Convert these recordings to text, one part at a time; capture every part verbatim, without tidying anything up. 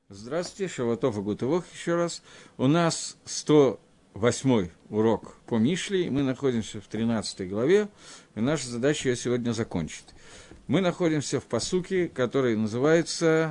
Здравствуйте, Шавуатов и Гутывох еще раз. У нас сто восьмой урок по Мишле, и мы находимся в тринадцатой главе, и наша задача ее сегодня закончить. Мы находимся в пасуке, который называется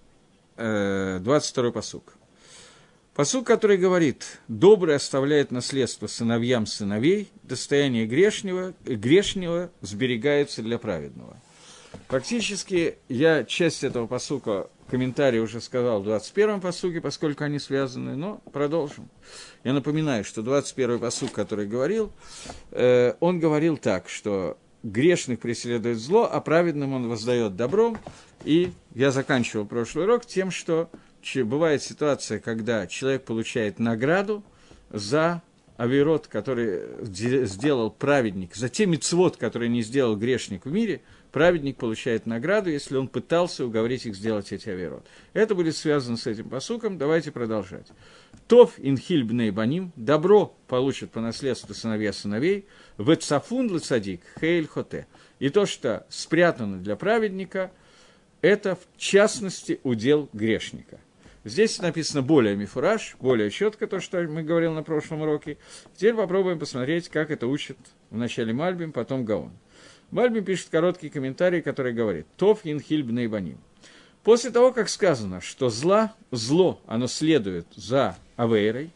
э, двадцать второй пасук. Пасук, который говорит: «Добрый оставляет наследство сыновьям сыновей, достояние грешнего, грешнего сберегается для праведного». Фактически, я часть этого пасука, комментарий уже сказал в двадцать первом пасуке, поскольку они связаны, но продолжим. Я напоминаю, что двадцать первый пасук, который говорил, э, он говорил так, что грешных преследует зло, а праведным он воздает добром. И я заканчивал прошлый урок тем, что бывает ситуация, когда человек получает награду за авирот, который сделал праведник, за те мицвот, которые не сделал грешник в мире. Праведник получает награду, если он пытался уговорить их сделать эти авирот. Это будет связано с этим пасуком. Давайте продолжать. «Тов инхиль бней баним» – «добро получат по наследству сыновья сыновей», «вецафун лецадик хейль хоте». И то, что спрятано для праведника, это в частности удел грешника. Здесь написано более мифураж, более четко то, что мы говорили на прошлом уроке. Теперь попробуем посмотреть, как это учит вначале Мальбим, потом Гаон. Мальбим пишет короткий комментарий, который говорит: «Тов инхиль бней баним». После того, как сказано, что зла, зло, оно следует за авейрой,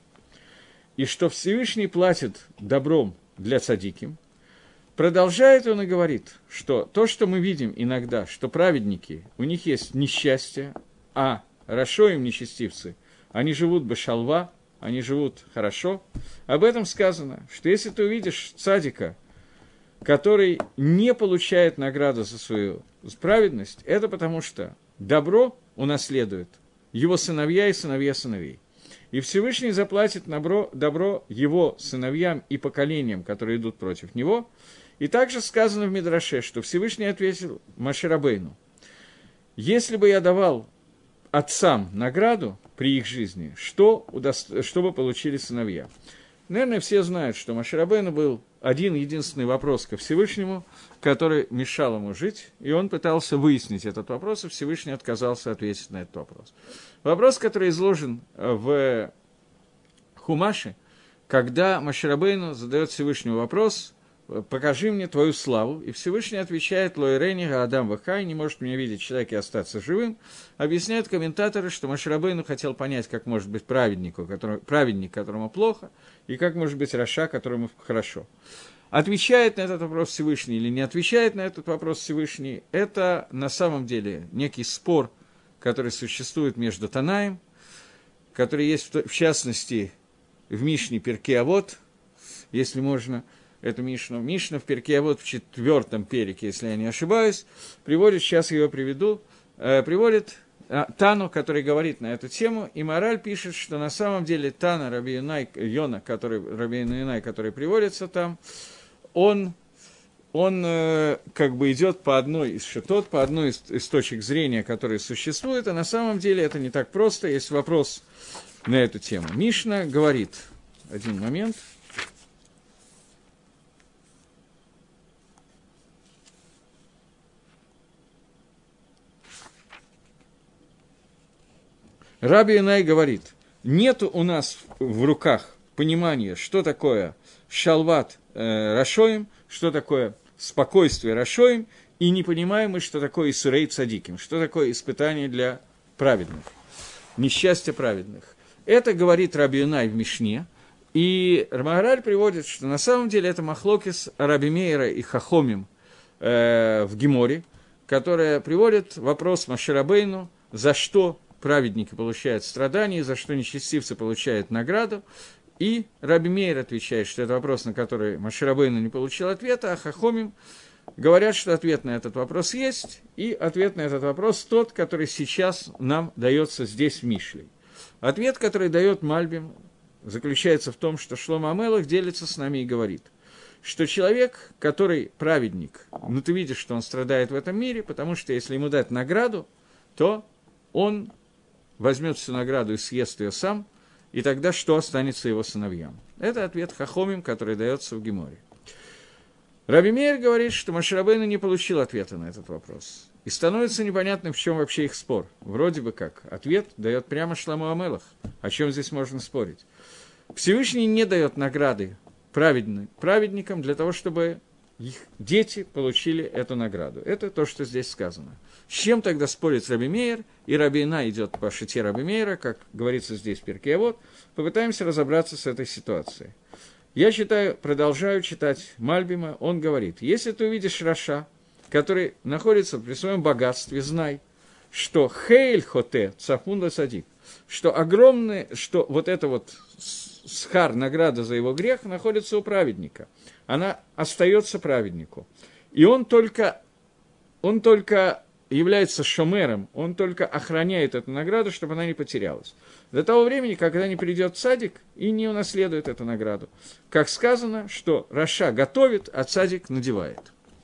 и что Всевышний платит добром для цадиким, продолжает он и говорит, что то, что мы видим иногда, что праведники, у них есть несчастье, а рашоим нечестивцы, они живут бешалва, они живут хорошо. Об этом сказано, что если ты увидишь цадика, который не получает награду за свою праведность, это потому что добро унаследует его сыновья и сыновья сыновей. И Всевышний заплатит добро, добро его сыновьям и поколениям, которые идут против него. И также сказано в Мидраше, что Всевышний ответил Моше Рабейну: «Если бы я давал отцам награду при их жизни, что, что бы получили сыновья?» Наверное, все знают, что Моше Рабейну был один единственный вопрос ко Всевышнему, который мешал ему жить, и он пытался выяснить этот вопрос, и Всевышний отказался ответить на этот вопрос. Вопрос, который изложен в Хумаше, когда Моше Рабейну задает Всевышнему вопрос: «Покажи мне твою славу», и Всевышний отвечает: «Лоэрени Адам Вахай», не может меня видеть человек и остаться живым. Объясняют комментаторы, что Моше Рабейну хотел понять, как может быть праведнику, который, праведник, которому плохо, и как может быть раша, которому хорошо. Отвечает на этот вопрос Всевышний или не отвечает на этот вопрос Всевышний, это на самом деле некий спор, который существует между Танаем, который есть в частности в Мишне Перкей Авот, если можно, эту Мишну. Мишна в Перкей Авот в четвертом перике, если я не ошибаюсь, приводит, сейчас я его приведу, э, приводит э, Тану, который говорит на эту тему, и Мораль пишет, что на самом деле Тана Раби Юнай, Йона, который, Раби Юнай, который приводится там, он, он э, как бы идет по одной из шитот, по одной из, из точек зрения, которые существуют, а на самом деле это не так просто. Есть вопрос на эту тему. Мишна говорит, один момент. Раби Юнай говорит: нет у нас в руках понимания, что такое шалват э, рашоим, что такое спокойствие рашоим, и не понимаем мы, что такое исурей цадиким, что такое испытание для праведных, несчастье праведных. Это говорит Раби Юнай в Мишне, и Мораль приводит, что на самом деле это махлокис Раби Мейра и Хахомим э, в Геморе, которая приводит вопрос Моше Рабейну, за что праведники получают страдания, за что нечестивцы получают награду. И Раби Мейр отвечает, что это вопрос, на который Моше Рабейну не получил ответа, а Хахомим говорят, что ответ на этот вопрос есть, и ответ на этот вопрос тот, который сейчас нам дается здесь в Мишле. Ответ, который дает Мальбим, заключается в том, что Шломо Амелех делится с нами и говорит, что человек, который праведник, ну ты видишь, что он страдает в этом мире, потому что если ему дать награду, то он возьмет всю награду и съест ее сам, и тогда что останется его сыновьям? Это ответ Хахомим, который дается в Геморе. Раби Меир говорит, что Моше Рабейну не получил ответа на этот вопрос. И становится непонятным, в чем вообще их спор. Вроде бы как. Ответ дает прямо Шломо ха-Мелех. О чем здесь можно спорить? Всевышний не дает награды праведникам для того, чтобы их дети получили эту награду. Это то, что здесь сказано. С чем тогда спорит Раби Меир? И Раби Ина идет по шите Раби Меира, как говорится здесь в Перкей Авот. Попытаемся разобраться с этой ситуацией. Я читаю, продолжаю читать Мальбима. Он говорит, если ты увидишь Раша, который находится при своем богатстве, знай, что Хейль Хоте Цафун Ласадик, что огромный, что вот это вот схар, награда за его грех, находится у праведника. Она остается праведнику. И он только, он только является шомером, он только охраняет эту награду, чтобы она не потерялась. До того времени, когда не придет цадик и не унаследует эту награду. Как сказано, что Раша готовит, а цадик надевает.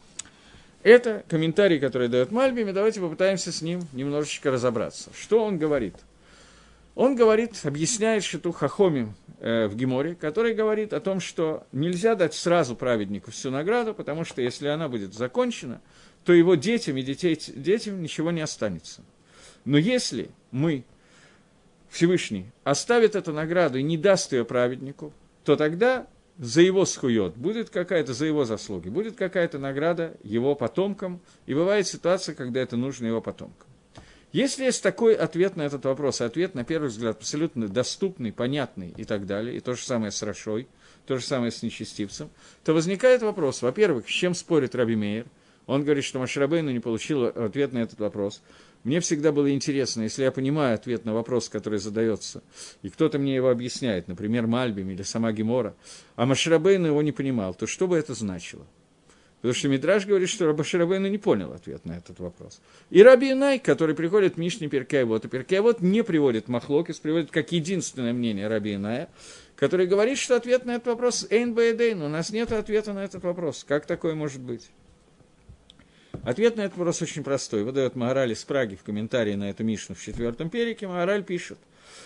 Это комментарий, который дает Мальбим, и давайте попытаемся с ним немножечко разобраться. Что он говорит? Он говорит, объясняет Шиту Хахомим э, в Геморе, который говорит о том, что нельзя дать сразу праведнику всю награду, потому что если она будет закончена, то его детям и детей, детям ничего не останется. Но если мы, Всевышний, оставит эту награду и не даст ее праведнику, то тогда за его схует будет какая-то, за его заслуги, будет какая-то награда его потомкам, и бывает ситуация, когда это нужно его потомкам. Если есть такой ответ на этот вопрос, ответ, на первый взгляд, абсолютно доступный, понятный и так далее, и то же самое с Рашой, то же самое с нечестивцем, то возникает вопрос, во-первых, с чем спорит Раби Меир? Он говорит, что Моше Рабейну не получил ответ на этот вопрос. Мне всегда было интересно, если я понимаю ответ на вопрос, который задается, и кто-то мне его объясняет, например, Мальбим или сама Гемора, а Моше Рабейну его не понимал, то что бы это значило? Потому что Мидраш говорит, что Моше Рабейну не понял ответ на этот вопрос. И Раби Инай, который приходит в Мишне Перкей Авот, и Перкей Авот не приводит Махлокис, приводит как единственное мнение Раби Иная, который говорит, что ответ на этот вопрос «эйн бэйдейн», у нас нет ответа на этот вопрос. Как такое может быть? Ответ на этот вопрос очень простой. Выдает Маораль из Праги в комментарии на эту Мишну в четвертом перике. Маораль пишет,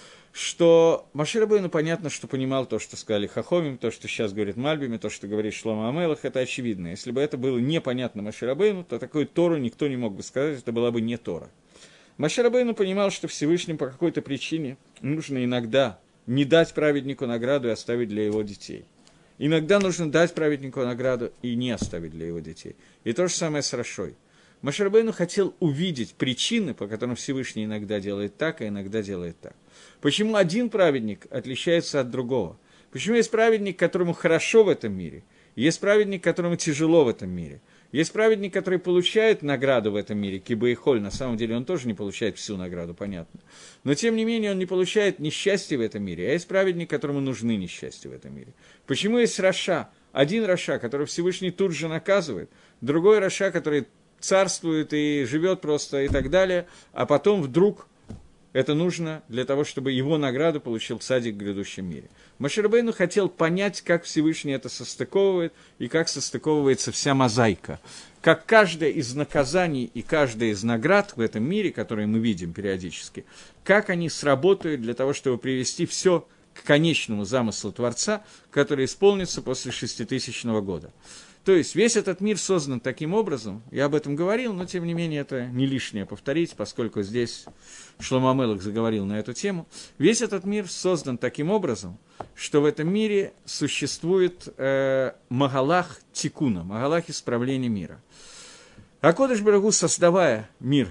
что Моше Рабейну понятно, что понимал то, что сказали Хахомим, то, что сейчас говорит Мальбим, то, что говорит Шломо ха-Мелех, это очевидно. Если бы это было непонятно Моше Рабейну, то такую Тору никто не мог бы сказать, это была бы не Тора. Моше Рабейну понимал, что Всевышним по какой-то причине нужно иногда не дать праведнику награду и оставить для его детей. Иногда нужно дать праведнику награду и не оставить для его детей. И то же самое с Рашой. Моше Рабейну хотел увидеть причины, по которым Всевышний иногда делает так, а иногда делает так. Почему один праведник отличается от другого? Почему есть праведник, которому хорошо в этом мире, есть праведник, которому тяжело в этом мире? Есть праведник, который получает награду в этом мире, киба и холь, на самом деле он тоже не получает всю награду, понятно. Но тем не менее он не получает несчастья в этом мире, а есть праведник, которому нужны несчастья в этом мире. Почему есть Раша? Один Раша, который Всевышний тут же наказывает, другой Раша, который царствует и живет просто и так далее, а потом вдруг это нужно для того, чтобы его награду получил цадик в грядущем мире. Моше Рабейну хотел понять, как Всевышний это состыковывает, и как состыковывается вся мозаика. Как каждое из наказаний и каждая из наград в этом мире, которые мы видим периодически, как они сработают для того, чтобы привести все к конечному замыслу Творца, который исполнится после шеститысячного года. То есть весь этот мир создан таким образом, я об этом говорил, но тем не менее это не лишнее повторить, поскольку здесь Шломо ха-Мелех заговорил на эту тему. Весь этот мир создан таким образом, что в этом мире существует э, Магалах Тикуна, Магалах исправления мира. ха-Кодеш Барух Ху, создавая мир,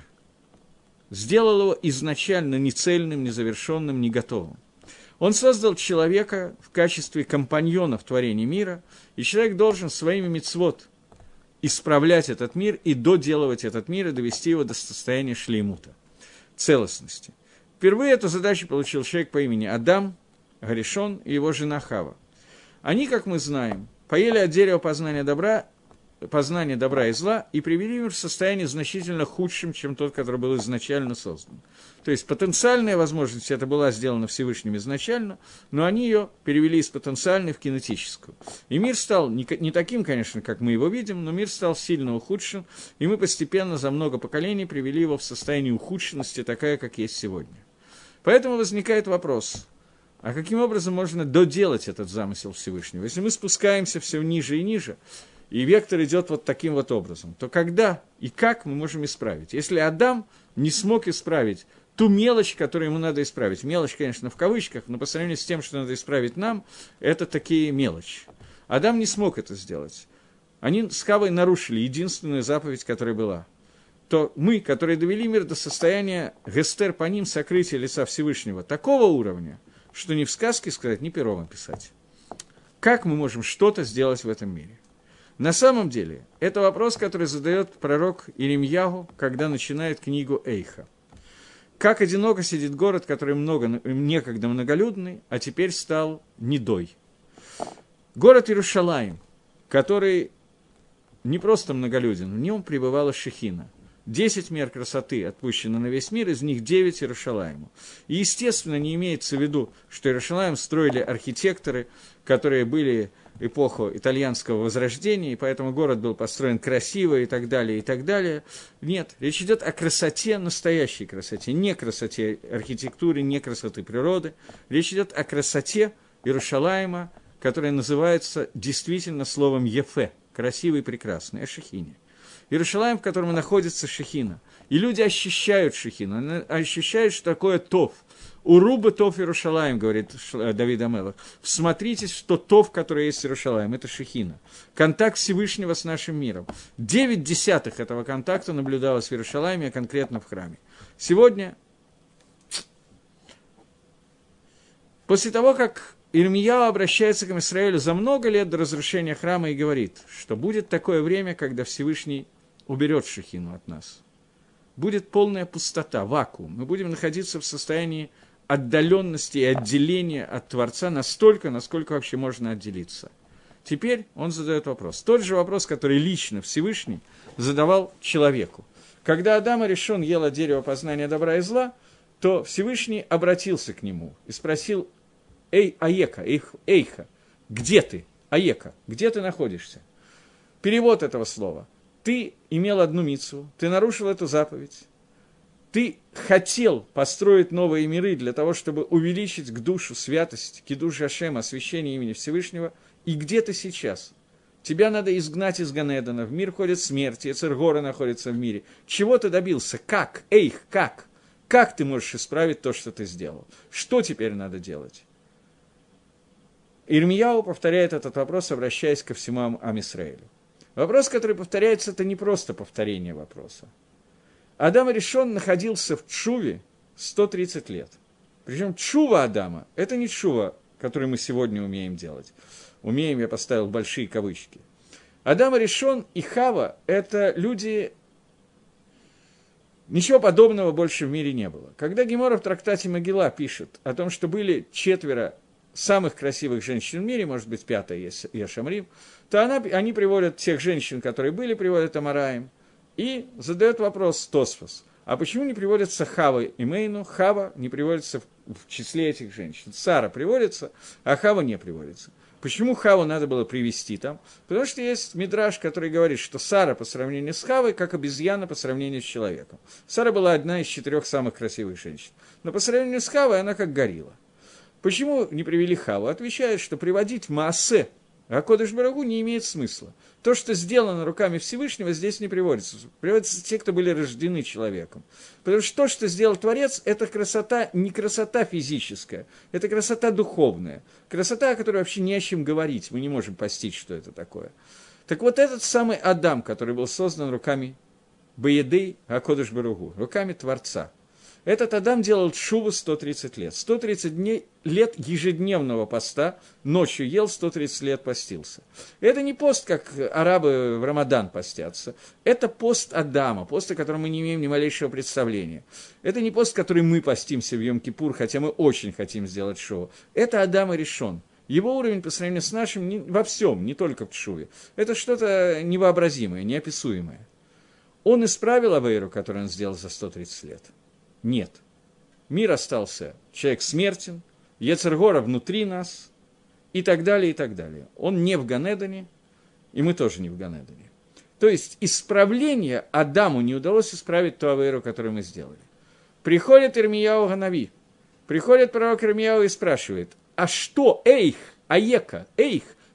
сделал его изначально нецельным, незавершенным, не готовым. Он создал человека в качестве компаньона в творении мира, и человек должен своими мицвот исправлять этот мир и доделывать этот мир, и довести его до состояния шлеймута, целостности. Впервые эту задачу получил человек по имени Адам, Гаришон и его жена Хава. Они, как мы знаем, поели от дерева познания добра, познания добра и зла и привели мир в состояние значительно худшим, чем тот, который был изначально создан. То есть потенциальная возможность это была сделана Всевышним изначально, но они ее перевели из потенциальной в кинетическую. И мир стал не, не таким, конечно, как мы его видим, но мир стал сильно ухудшен, и мы постепенно за много поколений привели его в состояние ухудшенности, такая, как есть сегодня. Поэтому возникает вопрос, а каким образом можно доделать этот замысел Всевышнего? Если мы спускаемся все ниже и ниже, и вектор идет вот таким вот образом, то когда и как мы можем исправить? Если Адам не смог исправить ту мелочь, которую ему надо исправить, мелочь, конечно, в кавычках, но по сравнению с тем, что надо исправить нам, это такие мелочи. Адам не смог это сделать. Они с Хавой нарушили единственную заповедь, которая была. То мы, которые довели мир до состояния гестер по ним, сокрытия лица Всевышнего, такого уровня, что ни в сказке сказать, ни пером описать. Как мы можем что-то сделать в этом мире? На самом деле, это вопрос, который задает пророк Иеремьягу, когда начинает книгу Эйха. Как одиноко сидит город, который много, некогда многолюдный, а теперь стал недой. Город Иерушалаим, который не просто многолюден, в нем пребывала Шехина. Десять мер красоты отпущено на весь мир, из них девять Иерушалаиму. И, естественно, не имеется в виду, что Иерушалаим строили архитекторы, которые были эпоху итальянского возрождения, и поэтому город был построен красиво и так далее, и так далее. Нет, речь идет о красоте, настоящей красоте, не красоте архитектуры, не красоты природы. Речь идет о красоте Иерушалаима, которая называется действительно словом «ефе», красивый, прекрасный, о Шехине. Иерушалаим, в котором находится Шехина. И люди ощущают Шехину, ощущают, что такое тов. «Уруба тов Иерушалаим», говорит Давид ха-Мелех. «Всмотритесь, что тов, который есть Иерушалаим, это Шехина». Контакт Всевышнего с нашим миром. Девять десятых этого контакта наблюдалось в Иерушалайме, а конкретно в храме. Сегодня, после того, как Ирмияу обращается к Израилю за много лет до разрушения храма и говорит, что будет такое время, когда Всевышний уберет Шехину от нас. Будет полная пустота, вакуум. Мы будем находиться в состоянии отдаленности и отделения от Творца настолько, насколько вообще можно отделиться. Теперь он задает вопрос. Тот же вопрос, который лично Всевышний задавал человеку. Когда Адам решен ел от дерева познания добра и зла, то Всевышний обратился к нему и спросил: «Эй, Аека, эйх, Эйха, где ты? Аека, где ты находишься?» Перевод этого слова. Ты имел одну мицву, ты нарушил эту заповедь, ты хотел построить новые миры для того, чтобы увеличить к душу святость, кидуш Ашем, освящение имени Всевышнего, и где ты сейчас? Тебя надо изгнать из Ганедана, в мир ходит смерть, Ецер-Гора находится в мире. Чего ты добился? Как? Эйх, как? Как ты можешь исправить то, что ты сделал? Что теперь надо делать? Ирмияу повторяет этот вопрос, обращаясь ко всему Ам-Исраэлю. Вопрос, который повторяется, это не просто повторение вопроса. Адам решен находился в тшуве сто тридцать лет. Причем тшува Адама – это не тшува, которую мы сегодня умеем делать. Умеем, я поставил большие кавычки. Адам решен и Хава – это люди... Ничего подобного больше в мире не было. Когда Гемора в трактате Могила пишет о том, что были четверо самых красивых женщин в мире, может быть, пятая есть Яшамрим, то она, они приводят тех женщин, которые были, приводят Амараим, и задают вопрос Тосфос, а почему не приводятся Хава и Мейну? Хава не приводится в, в числе этих женщин. Сара приводится, а Хава не приводится. Почему Хаву надо было привести там? Потому что есть мидраш, который говорит, что Сара по сравнению с Хавой, как обезьяна по сравнению с человеком. Сара была одна из четырех самых красивых женщин. Но по сравнению с Хавой она как горилла. Почему не привели Хаву? Отвечает, что приводить Маасе а Кодеш Барагу не имеет смысла. То, что сделано руками Всевышнего, здесь не приводится. Приводятся те, кто были рождены человеком. Потому что то, что сделал Творец, это красота, не красота физическая, это красота духовная. Красота, о которой вообще не о чем говорить, мы не можем постичь, что это такое. Так вот этот самый Адам, который был создан руками Баедей Акодеш Барагу, руками Творца, этот Адам делал тшуву сто тридцать лет. сто тридцать дней, лет ежедневного поста, ночью ел, сто тридцать лет постился. Это не пост, как арабы в Рамадан постятся. Это пост Адама, пост, о котором мы не имеем ни малейшего представления. Это не пост, который мы постимся в Йом-Кипур, хотя мы очень хотим сделать шоу. Это Адам и решен. Его уровень по сравнению с нашим не, во всем, не только в тшуве. Это что-то невообразимое, неописуемое. Он исправил авейру, которую он сделал за сто тридцать лет? Нет. Мир остался, человек смертен, Ецер-Гора внутри нас, и так далее, и так далее. Он не в Ганедане, и мы тоже не в Ганедане. То есть исправление Адаму не удалось исправить ту авейру, которую мы сделали. Приходит Ирмияу Ганави, приходит пророк Ирмияу и спрашивает, а что, эйх, аека, эйх,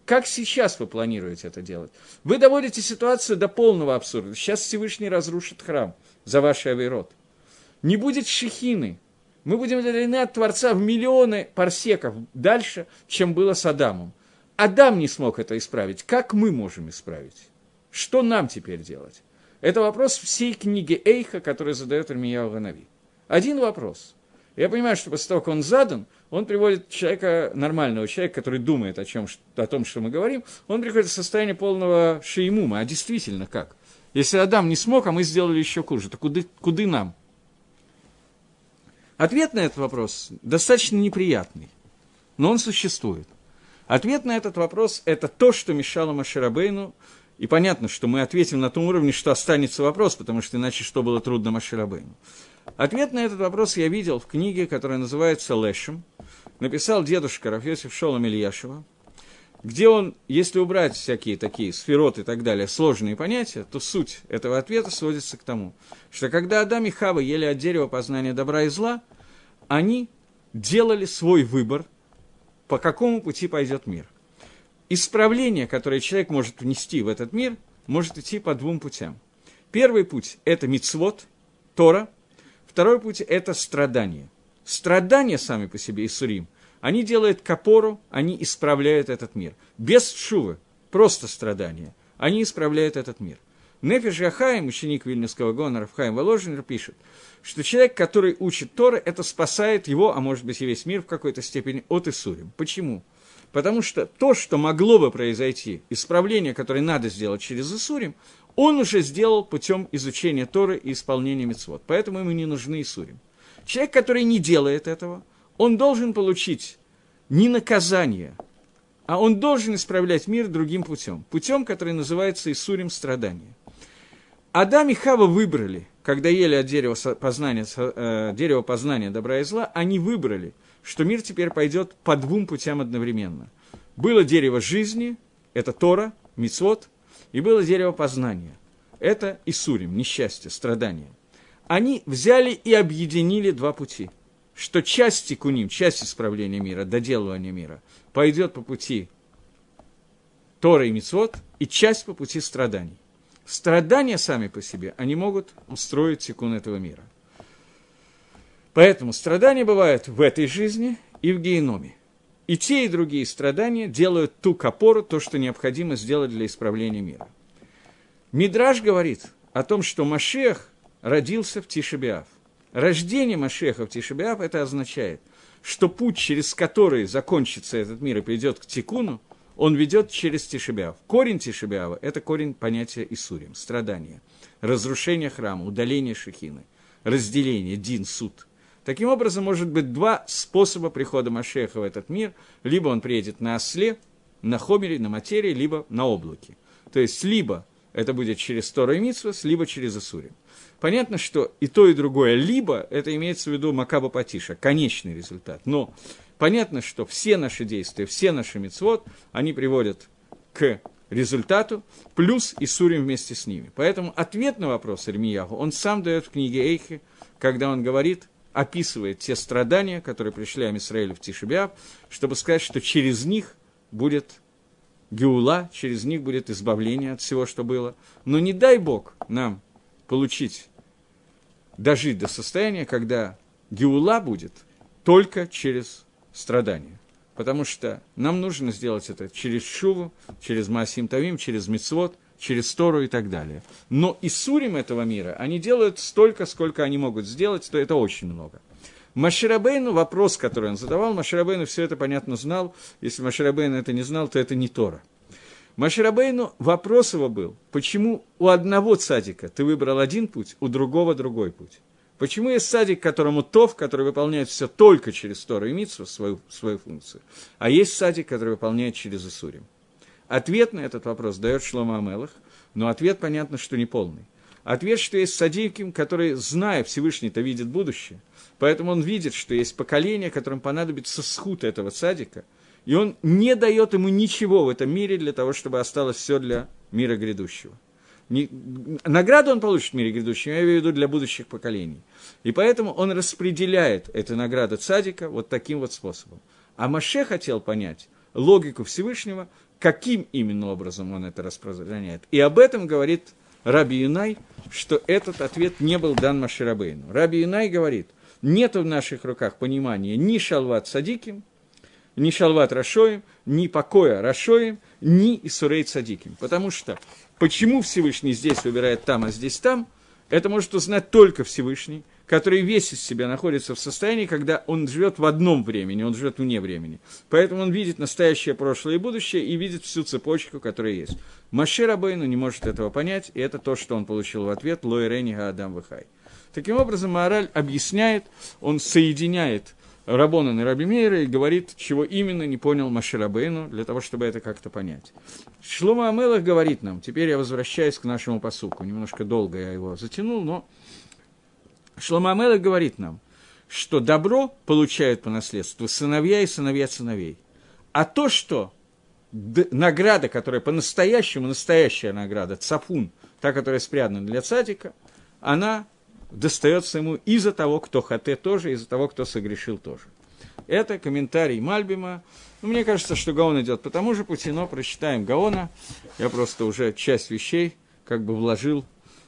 Как сейчас вы планируете это делать? Вы доводите ситуацию до полного абсурда. Сейчас Всевышний разрушит храм за ваши авейрот. Не будет шехины. Мы будем удалены от Творца в миллионы парсеков дальше, чем было с Адамом. Адам не смог это исправить. Как мы можем исправить? Что нам теперь делать? Это вопрос всей книги Эйха, который задает Ирмияу га-Нави. Один вопрос. Я понимаю, что после того, как он задан, он приводит человека, нормального человека, который думает о, чем, о том, что мы говорим, он приходит в состояние полного шеймума. А действительно как? Если Адам не смог, а мы сделали еще хуже, то куда, куда нам? Ответ на этот вопрос достаточно неприятный, но он существует. Ответ на этот вопрос – это то, что мешало Моше Рабейну, и понятно, что мы ответим на том уровне, что останется вопрос, потому что иначе что было трудно Моше Рабейну. Ответ на этот вопрос я видел в книге, которая называется «Лешем». Написал дедушка Рав Йосеф Шолом Ильяшева, где он, если убрать всякие такие сферот и так далее, сложные понятия, то суть этого ответа сводится к тому, что когда Адам и Хава ели от дерева познания добра и зла, они делали свой выбор, по какому пути пойдет мир. Исправление, которое человек может внести в этот мир, может идти по двум путям. Первый путь – это мицвот, Тора. Второй путь – это страдания. Страдания сами по себе, Исурим, они делают капору, они исправляют этот мир. Без шувы, просто страдания, они исправляют этот мир. Нефеш га-Хаим, ученик Вильнюсского Гаона Рав Хаим Воложенер, пишет, что человек, который учит Торы, это спасает его, а может быть и весь мир в какой-то степени, от Исурим. Почему? Потому что то, что могло бы произойти, исправление, которое надо сделать через Исурим, он уже сделал путем изучения Торы и исполнения мицвот. Поэтому ему не нужны Исурим. Человек, который не делает этого, он должен получить не наказание, а он должен исправлять мир другим путем. Путем, который называется Исурим страдания. Адам и Хава выбрали, когда ели от дерева познания, э, дерева познания добра и зла, они выбрали, что мир теперь пойдет по двум путям одновременно. Было дерево жизни, это Тора, мицвот, и было дерево познания, это Исурим, несчастье, страдания. Они взяли и объединили два пути, что часть тикуним, часть исправления мира, доделывания мира, пойдет по пути Тора и мицвот, и часть по пути страданий. Страдания сами по себе, они могут устроить тикун этого мира. Поэтому страдания бывают в этой жизни и в гееноме. И те, и другие страдания делают ту капору, то, что необходимо сделать для исправления мира. Мидраш говорит о том, что Машиах родился в Тишебиав. Рождение Машиаха в Тишебиав, это означает, что путь, через который закончится этот мир и придет к тикуну, он ведет через Тишебиав. Корень Тишебиава – это корень понятия Исурим, страдания, разрушение храма, удаление шехины, разделение, дин, суд. Таким образом, может быть два способа прихода Машиаха в этот мир. Либо он приедет на осле, на хомере, на материи, либо на облаке. То есть, либо это будет через Тору и Мицвос, либо через Исурим. Понятно, что и то, и другое, либо это имеется в виду Макаба Патиша, конечный результат. Но понятно, что все наши действия, все наши мицвот, они приводят к результату, плюс Исурим вместе с ними. Поэтому ответ на вопрос Ирмияху он сам дает в книге Эйхи, когда он говорит, описывает те страдания, которые пришли Ам-Исраэлю в Тишебиав, чтобы сказать, что через них будет геула, через них будет избавление от всего, что было. Но не дай Бог нам получить, дожить до состояния, когда геула будет только через страдания. Потому что нам нужно сделать это через шуву, через Маасим Тавим, через мицвот, через Тору и так далее. Но Исурим этого мира, они делают столько, сколько они могут сделать, то это очень много. Моше Рабейну, вопрос, который он задавал, Моше Рабейну все это, понятно, знал. Если Моше Рабейну это не знал, то это не Тора. Моше Рабейну, вопрос его был, почему у одного цадика ты выбрал один путь, у другого другой путь? Почему есть цадик, которому тов, который выполняет все только через Тору и Мицву, свою, свою функцию, а есть цадик, который выполняет через Исурим? Ответ на этот вопрос дает Шломо ха-Мелех, но ответ, понятно, что не полный. Ответ, что есть цадиким, который, зная Всевышний-то, видит будущее, поэтому он видит, что есть поколение, которым понадобится схуд этого цадика, и он не дает ему ничего в этом мире для того, чтобы осталось все для мира грядущего. Не, награду он получит в мире грядущем, я имею в виду для будущих поколений. И поэтому он распределяет эту награду цадика вот таким вот способом. А Моше хотел понять, логику Всевышнего, каким именно образом он это распространяет. И об этом говорит Раби Юнай, что этот ответ не был дан Моше Рабейну. Раби Юнай говорит, нет в наших руках понимания ни шалват садиким, ни шалват рашоим, ни покоя рашоим, ни исурей цадиким. Потому что, почему Всевышний здесь выбирает там, а здесь там, это может узнать только Всевышний, который весь из себя находится в состоянии, когда он живет в одном времени, он живет вне времени. Поэтому он видит настоящее, прошлое и будущее, и видит всю цепочку, которая есть. Моше Рабейну не может этого понять, и это то, что он получил в ответ «Ло ирени гаадам вехай». Таким образом, Маораль объясняет, он соединяет Рабонан и Раби Мейра и говорит, чего именно не понял Моше Рабейну, для того, чтобы это как-то понять. Шломо ха-Мелех говорит нам, теперь я возвращаюсь к нашему пасуку, немножко долго я его затянул, но Шломо ха-Мелех говорит нам, что добро получают по наследству сыновья и сыновья сыновей, а то, что д- награда, которая по-настоящему, настоящая награда, цапун, та, которая спрятана для цадика, она достается ему из-за того, кто хате тоже, из-за того, кто согрешил тоже. Это комментарий Мальбима. Ну, мне кажется, что Гаон идет по тому же пути, но прочитаем Гаона. Я просто уже часть вещей как бы вложил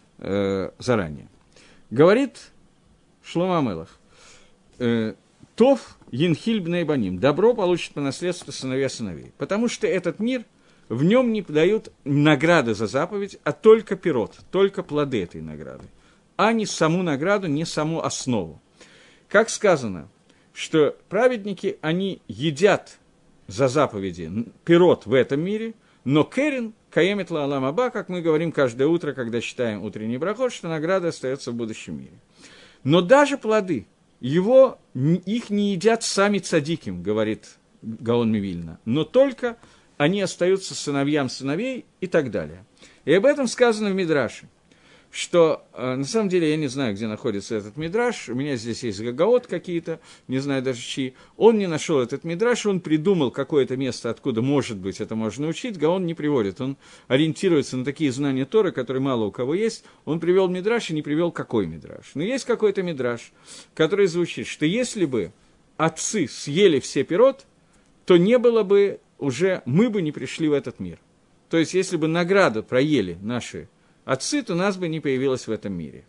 э, заранее. Говорит Шломо ха-Мелех, э, Тов Йинхиль бней баним, добро получит по наследству сыновья сыновей. Потому что этот мир, в нем не дают награды за заповедь, а только пирот, только плоды этой награды, а не саму награду, не саму основу. Как сказано, что праведники, они едят за заповеди пирот в этом мире, но керин, каемет ла алам аба, как мы говорим каждое утро, когда читаем утренний брахот, что награда остается в будущем мире. Но даже плоды, его, их не едят сами цадиким, говорит Гаон Мивильна, но только они остаются сыновьям сыновей и так далее. И об этом сказано в Мидраше, что, э, на самом деле, я не знаю, где находится этот мидраш, у меня здесь есть гагаот какие-то, не знаю даже чьи, он не нашел этот мидраш, он придумал какое-то место, откуда, может быть, это можно учить, Гаон не приводит, он ориентируется на такие знания Торы, которые мало у кого есть, он привел мидраш и не привел какой мидраш. Но есть какой-то мидраш, который звучит, что если бы отцы съели все пирот, то не было бы уже, мы бы не пришли в этот мир. То есть, если бы награду проели наши отцы, то нас бы не появилось в этом мире.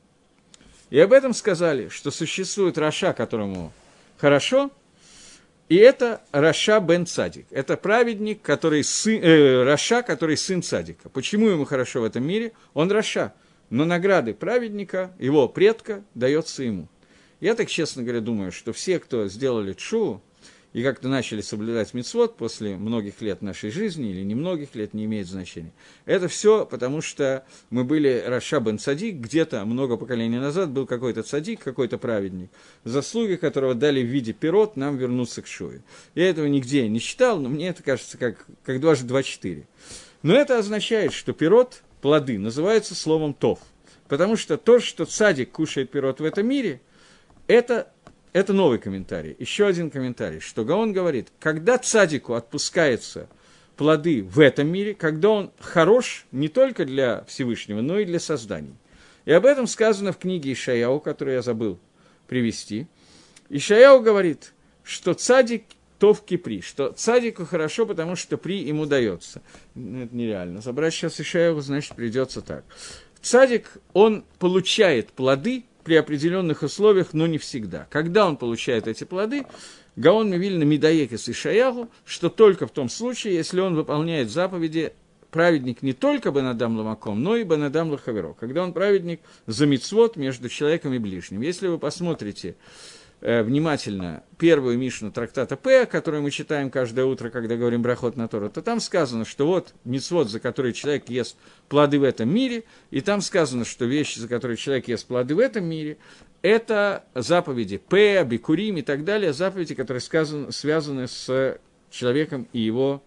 И об этом сказали, что существует Раша, которому хорошо, и это Раша бен Цадик. Это праведник, который сын, э, Раша, который сын Цадика. Почему ему хорошо в этом мире? Он Раша, но награды праведника, его предка, дается ему. Я так, честно говоря, думаю, что все, кто сделали тшуву, и как-то начали соблюдать мицвот после многих лет нашей жизни, или немногих лет, не имеет значения. Это все потому, что мы были Раша бен Цадик, где-то много поколений назад был какой-то цадик, какой-то праведник, заслуги которого дали в виде пирот нам вернуться к шуве. Я этого нигде не читал, но мне это кажется как, как дважды два четыре. Но это означает, что пирот, плоды, называются словом тов, потому что то, что цадик кушает пирот в этом мире, это... Это новый комментарий. Еще один комментарий, что Гаон говорит, когда цадику отпускаются плоды в этом мире, когда он хорош не только для Всевышнего, но и для созданий. И об этом сказано в книге Ишаяу, которую я забыл привести. Ишаяу говорит, что цадик тов кипри, что цадику хорошо, потому что при ему дается. Это нереально. Забрать сейчас Ишаяу, значит, придется так. Цадик, он получает плоды при определенных условиях, но не всегда. Когда он получает эти плоды, Гаон Мивильна Мидаекес и Шаягу, что только в том случае, если он выполняет заповеди, праведник не только Бенадам Ламаком, но и Бенадам Лахаверо, когда он праведник за мицвот между человеком и ближним. Если вы посмотрите э, внимательно первую Мишну трактата П, которую мы читаем каждое утро, когда говорим брахот на Тору, то там сказано, что вот мицвот, за который человек ест плоды в этом мире, и там сказано, что вещи, за которые человек ест плоды в этом мире, это заповеди П, Бикурим и так далее, заповеди, которые сказаны, связаны с человеком и его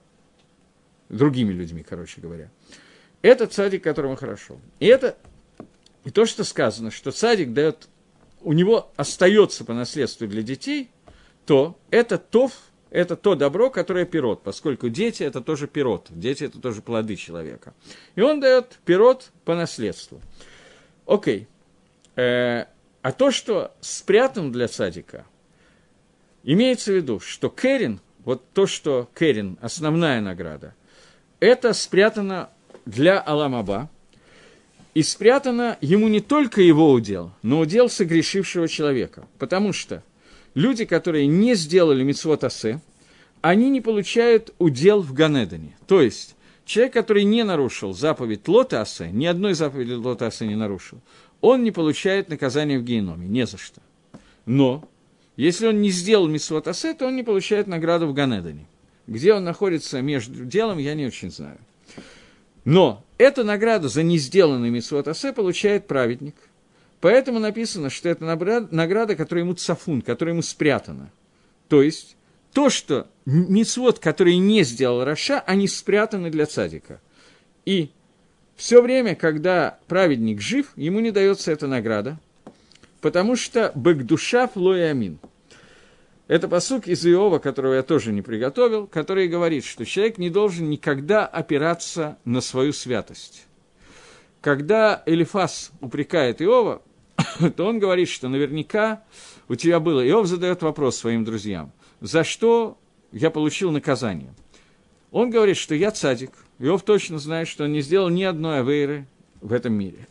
другими людьми, короче говоря. Это цадик, которому хорошо. И это и то, что сказано, что цадик дает, у него остается по наследству для детей, то это тов, это то добро, которое пирот, поскольку дети – это тоже пирот, дети – это тоже плоды человека. И он дает пирот по наследству. Окей. Э, а то, что спрятано для цадика, имеется в виду, что керин, вот то, что Керин, основная награда, это спрятано для Олам Аба, и спрятано ему не только его удел, но удел согрешившего человека. Потому что люди, которые не сделали мицвот асе, они не получают удел в Ганедане. То есть, человек, который не нарушил заповедь Лота асе, ни одной заповеди Лота асе не нарушил, он не получает наказания в геноме, не за что. Но, если он не сделал мицвот асе, то он не получает награду в Ганедане. Где он находится между делом, я не очень знаю. Но эту награду за несделанный мицвот асе получает праведник. Поэтому написано, что это награда, которая ему цафун, которая ему спрятана. То есть, то, что мицвот, который не сделал раша, они спрятаны для цадика. И все время, когда праведник жив, ему не дается эта награда, потому что бэкдушав лой амин. Это пасук из Иова, которого я тоже не приготовил, который говорит, что человек не должен никогда опираться на свою святость. Когда Элифаз упрекает Иова, то он говорит, что наверняка у тебя было... Иов задает вопрос своим друзьям, за что я получил наказание. Он говорит, что я цадик. Иов точно знает, что он не сделал ни одной авейры в этом мире.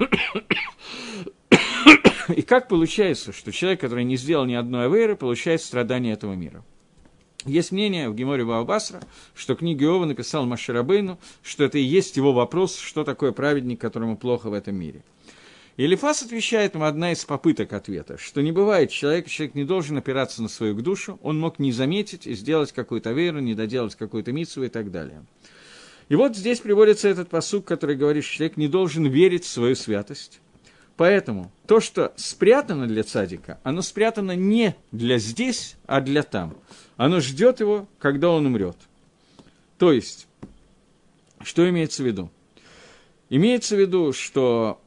И как получается, что человек, который не сделал ни одной авейры, получает страдания этого мира? Есть мнение в Геморе Бава Басра, что книгу Иова написал Моше Рабейну, что это и есть его вопрос, что такое праведник, которому плохо в этом мире. И Элифаз отвечает ему одна из попыток ответа, что не бывает человека, человек не должен опираться на свою душу, он мог не заметить и сделать какую-то авейру, не доделать какую-то мицву и так далее. И вот здесь приводится этот пасук, который говорит, что человек не должен верить в свою святость. Поэтому то, что спрятано для цадика, оно спрятано не для здесь, а для там. Оно ждет его, когда он умрет. То есть, что имеется в виду? Имеется в виду, что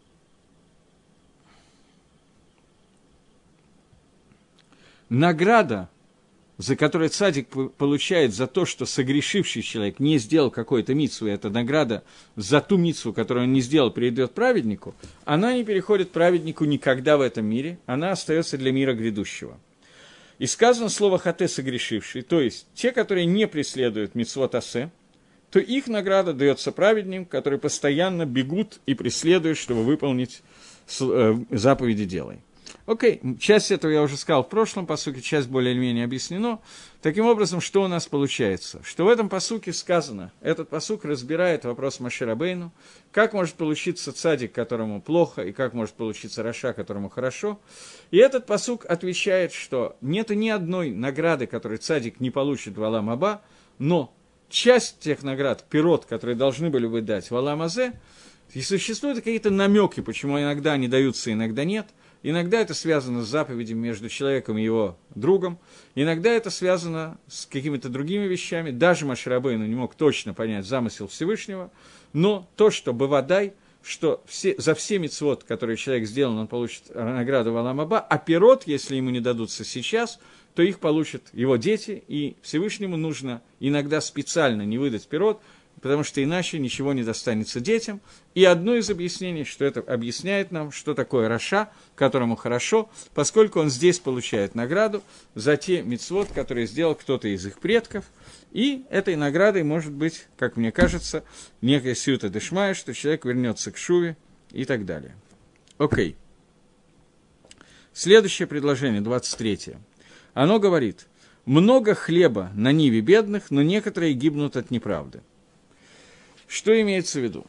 награда, за которую цадик получает за то, что согрешивший человек не сделал какой-то мицву, и эта награда за ту мицву, которую он не сделал, перейдет праведнику, она не переходит праведнику никогда в этом мире, она остается для мира грядущего. И сказано слово «хате» согрешивший, то есть те, которые не преследуют мицвот асе, то их награда дается праведникам, которые постоянно бегут и преследуют, чтобы выполнить заповеди «делай». Окей, часть этого я уже сказал в прошлом пасуке, часть более или менее объяснено. Таким образом, что у нас получается? Что в этом пасуке сказано, этот пасук разбирает вопрос Моше Рабейну, как может получиться цадик, которому плохо, и как может получиться раша, которому хорошо. И этот пасук отвечает, что нет ни одной награды, которую цадик не получит в Олам Аба, но часть тех наград, пирот, которые должны были бы дать в Олам Азе, и существуют какие-то намеки, почему иногда они даются, иногда нет. Иногда это связано с заповедями между человеком и его другом, иногда это связано с какими-то другими вещами. Даже Моше Рабейну не мог точно понять замысел Всевышнего, но то, что бывадай, что все, за все мицвот, которые человек сделал, он получит награду в Олам Аба, а пирот, если ему не дадутся сейчас, то их получат его дети, и Всевышнему нужно иногда специально не выдать пирот, потому что иначе ничего не достанется детям. И одно из объяснений, что это объясняет нам, что такое раша, которому хорошо, поскольку он здесь получает награду за те мицвот, которые сделал кто-то из их предков. И этой наградой может быть, как мне кажется, некая сиута дешмая, что человек вернется к шуве и так далее. Окей. Следующее предложение, двадцать третье. Оно говорит: много хлеба на ниве бедных, но некоторые гибнут от неправды. Что имеется в виду?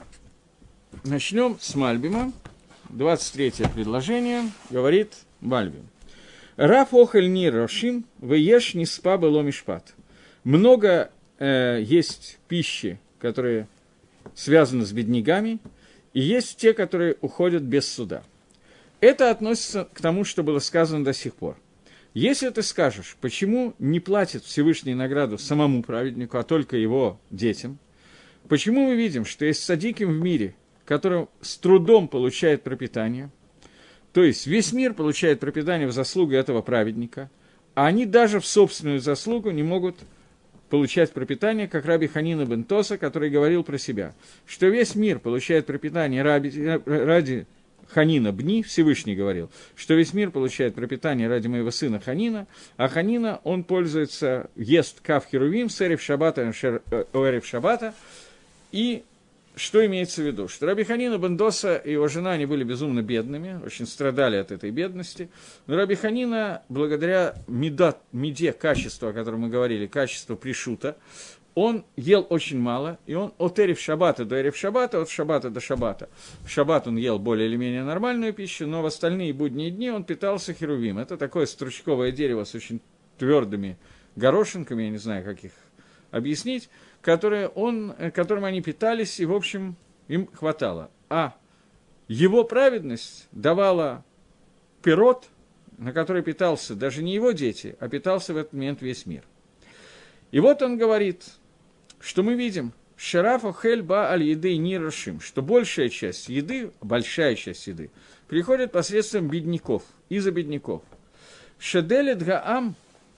Начнем с Мальбима. двадцать третье предложение говорит Мальбим. Раф охель нир рошим, вееш ниспа было мишпат. Много э, есть пищи, которые связаны с бедняками, и есть те, которые уходят без суда. Это относится к тому, что было сказано до сих пор. Если ты скажешь, почему не платит Всевышний награду самому праведнику, а только его детям, почему мы видим, что есть садиким в мире, который с трудом получает пропитание, то есть весь мир получает пропитание в заслугу этого праведника, а они даже в собственную заслугу не могут получать пропитание, как Раби Ханина бен Тоса, который говорил про себя, что весь мир получает пропитание ради, ради Ханина бни, Всевышний говорил, что весь мир получает пропитание ради моего сына Ханина, а Ханина, он пользуется, ест кав херувим, сэрев шабата, оэрев шабата, и что имеется в виду? Что Раби Ханина бен Доса и его жена, они были безумно бедными, очень страдали от этой бедности. Но Раби Ханина, благодаря медат, меде, качеству, о котором мы говорили, качеству пришута, он ел очень мало, и он от эрев шабата до эрев шабата, от шабата до шабата. В шаббат он ел более или менее нормальную пищу, но в остальные будние дни он питался херувим. Это такое стручковое дерево с очень твердыми горошинками, я не знаю, как их объяснить, которые он, которым они питались, и, в общем, им хватало. А его праведность давала пирот, на который питался даже не его дети, а питался в этот момент весь мир. И вот он говорит, что мы видим, «Шерафа хельба аль еды нирашим», что большая часть еды, большая часть еды, приходит посредством бедняков, из-за бедняков. «Шеделет гаам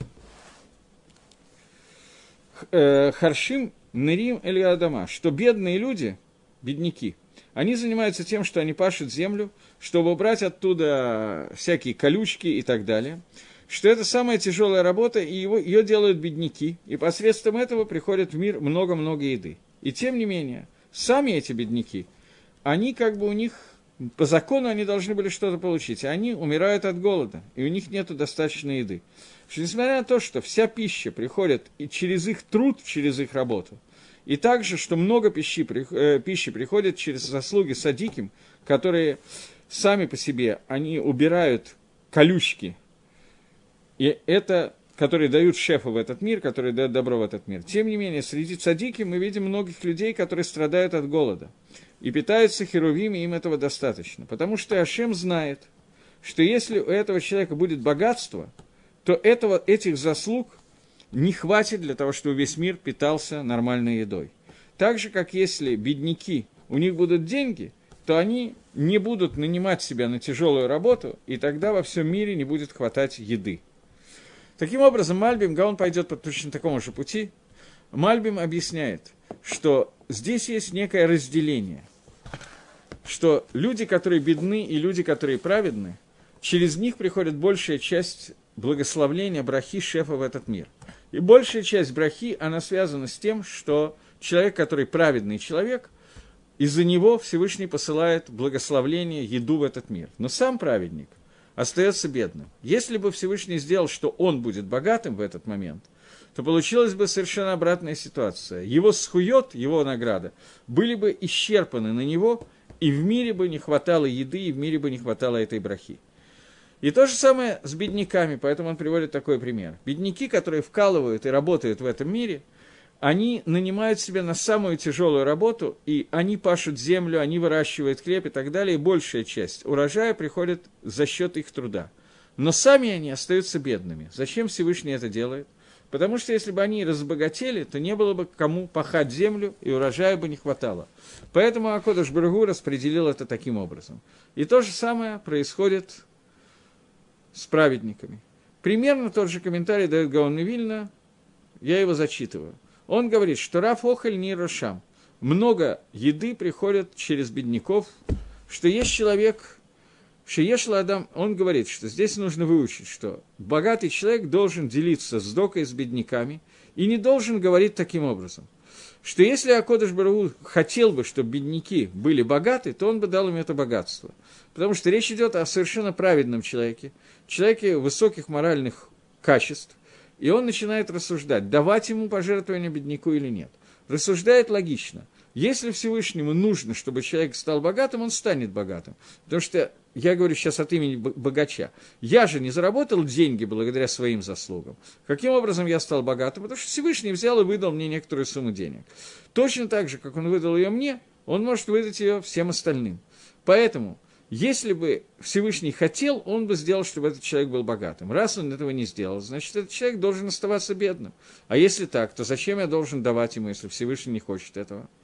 харшим нырим эль адама», что бедные люди, бедняки, они занимаются тем, что они пашут землю, чтобы убрать оттуда всякие колючки и так далее, что это самая тяжелая работа, и его, ее делают бедняки, и посредством этого приходит в мир много-много еды. И тем не менее, сами эти бедняки, они как бы у них, по закону они должны были что-то получить, и они умирают от голода, и у них нет достаточно еды. Что, несмотря на то, что вся пища приходит и через их труд, через их работу, и также, что много пищи, э, пищи приходит через заслуги садиким, которые сами по себе, они убирают колючки, и это, которые дают шефу в этот мир, которые дают добро в этот мир. Тем не менее, среди цадики мы видим многих людей, которые страдают от голода, и питаются херувим, и им этого достаточно. Потому что Ашем знает, что если у этого человека будет богатство, то этого, этих заслуг не хватит для того, чтобы весь мир питался нормальной едой. Так же, как если бедняки, у них будут деньги, то они не будут нанимать себя на тяжелую работу, и тогда во всем мире не будет хватать еды. Таким образом, Мальбим, Гаон пойдет по точно такому же пути. Мальбим объясняет, что здесь есть некое разделение, что люди, которые бедны, и люди, которые праведны, через них приходит большая часть благословления брахи шефа в этот мир. И большая часть брахи, она связана с тем, что человек, который праведный человек, из-за него Всевышний посылает благословление, еду в этот мир. Но сам праведник остается бедным. Если бы Всевышний сделал, что он будет богатым в этот момент, то получилась бы совершенно обратная ситуация. Его схует, его награда, были бы исчерпаны на него, и в мире бы не хватало еды, и в мире бы не хватало этой брахи. И то же самое с бедняками, поэтому он приводит такой пример. Бедняки, которые вкалывают и работают в этом мире, они нанимают себя на самую тяжелую работу, и они пашут землю, они выращивают хлеб и так далее, и большая часть урожая приходит за счет их труда. Но сами они остаются бедными. Зачем Всевышний это делает? Потому что если бы они разбогатели, то не было бы кому пахать землю, и урожая бы не хватало. Поэтому Акодыш Барух Ху распределил это таким образом. И то же самое происходит с праведниками. Примерно тот же комментарий дает Гаон Мивильна, я его зачитываю. Он говорит, что Раф Охель не Рошам. Много еды приходит через бедняков, что есть человек, Шиешла Адам, он говорит, что здесь нужно выучить, что богатый человек должен делиться с докой, с бедняками, и не должен говорить таким образом, что если Акодыш Барух Ху хотел бы, чтобы бедняки были богаты, то он бы дал им это богатство. Потому что речь идет о совершенно праведном человеке, человеке высоких моральных качеств, и он начинает рассуждать, давать ему пожертвование бедняку или нет. Рассуждает логично. Если Всевышнему нужно, чтобы человек стал богатым, он станет богатым. Потому что, я говорю сейчас от имени богача, я же не заработал деньги благодаря своим заслугам. Каким образом я стал богатым? Потому что Всевышний взял и выдал мне некоторую сумму денег. Точно так же, как он выдал ее мне, он может выдать ее всем остальным. Поэтому, если бы Всевышний хотел, он бы сделал, чтобы этот человек был богатым. Раз он этого не сделал, значит, этот человек должен оставаться бедным. А если так, то зачем я должен давать ему, если Всевышний не хочет этого?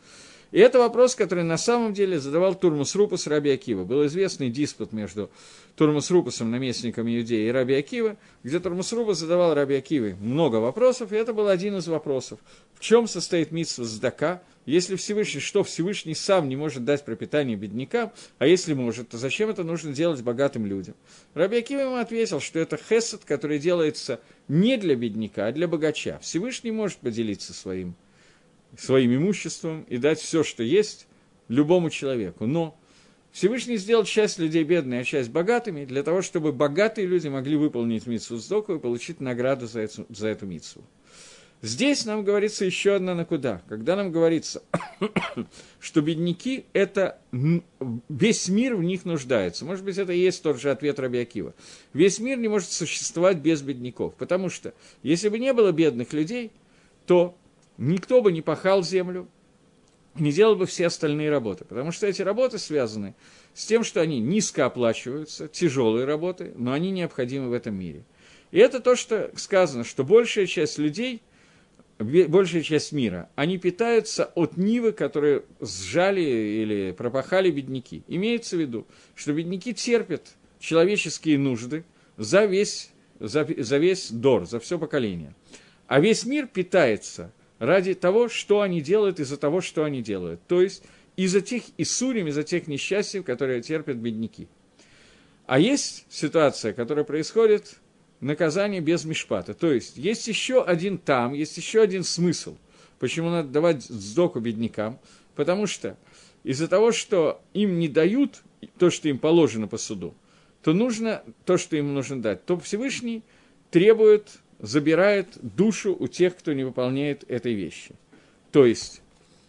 И это вопрос, который на самом деле задавал Турмус Рупус Раби Акива. Был известный диспут между Турмус Рупусом, наместником Иудеи, и Раби Акива, где Турмус Рупус задавал Раби Акиве много вопросов, и это был один из вопросов. В чем состоит мицва цдака? Если Всевышний, что Всевышний сам не может дать пропитание беднякам, а если может, то зачем это нужно делать богатым людям? Раби Акива ему ответил, что это хесед, который делается не для бедняка, а для богача. Всевышний может поделиться своим, своим имуществом и дать все, что есть, любому человеку. Но Всевышний сделал часть людей бедными, а часть богатыми, для того, чтобы богатые люди могли выполнить мицву цдаку и получить награду за эту, за эту мицву. Здесь нам говорится еще одна накуда. Когда нам говорится, что бедняки – это весь мир в них нуждается. Может быть, это и есть тот же ответ Раби Акива. Весь мир не может существовать без бедняков. Потому что, если бы не было бедных людей, то никто бы не пахал землю, не делал бы все остальные работы. Потому что эти работы связаны с тем, что они низко оплачиваются, тяжелые работы, но они необходимы в этом мире. И это то, что сказано, что большая часть людей – большая часть мира, они питаются от нивы, которые сжали или пропахали бедняки. Имеется в виду, что бедняки терпят человеческие нужды за весь, за, за весь дор, за все поколение. А весь мир питается ради того, что они делают, из-за того, что они делают. То есть из-за тех иссурим, из-за тех несчастий, которые терпят бедняки. А есть ситуация, которая происходит... наказание без мишпата. То есть, есть еще один там, есть еще один смысл, почему надо давать цдаку беднякам, потому что из-за того, что им не дают то, что им положено по суду, то нужно то, что им нужно дать, то Всевышний требует, забирает душу у тех, кто не выполняет этой вещи. То есть,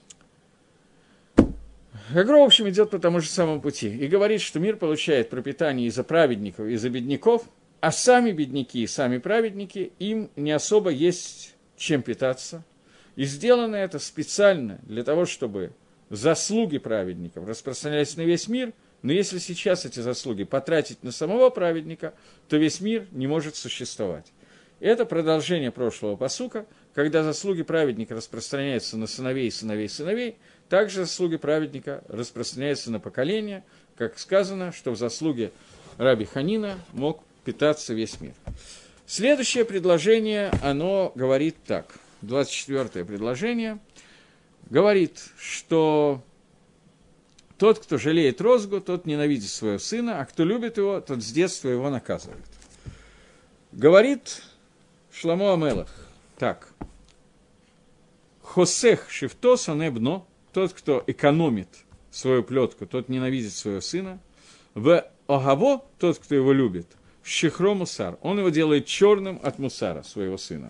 Гагро, в общем, идет по тому же самому пути и говорит, что мир получает пропитание из-за праведников, из-за бедняков, а сами бедняки и сами праведники, им не особо есть чем питаться. И сделано это специально для того, чтобы заслуги праведников распространялись на весь мир, но если сейчас эти заслуги потратить на самого праведника, то весь мир не может существовать. Это продолжение прошлого пасука, когда заслуги праведника распространяются на сыновей, сыновей, сыновей, также заслуги праведника распространяются на поколения, как сказано, что в заслуге Раби Ханина мог питаться весь мир. Следующее предложение, оно говорит так. двадцать четвёртое предложение говорит, что тот, кто жалеет розгу, тот ненавидит своего сына, а кто любит его, тот с детства его наказывает. Говорит Шломо Амелах так. Хосех шифто сане бно, тот, кто экономит свою плетку, тот ненавидит своего сына. В огаво, тот, кто его любит, Шихро мусар. Он его делает черным от мусара, своего сына.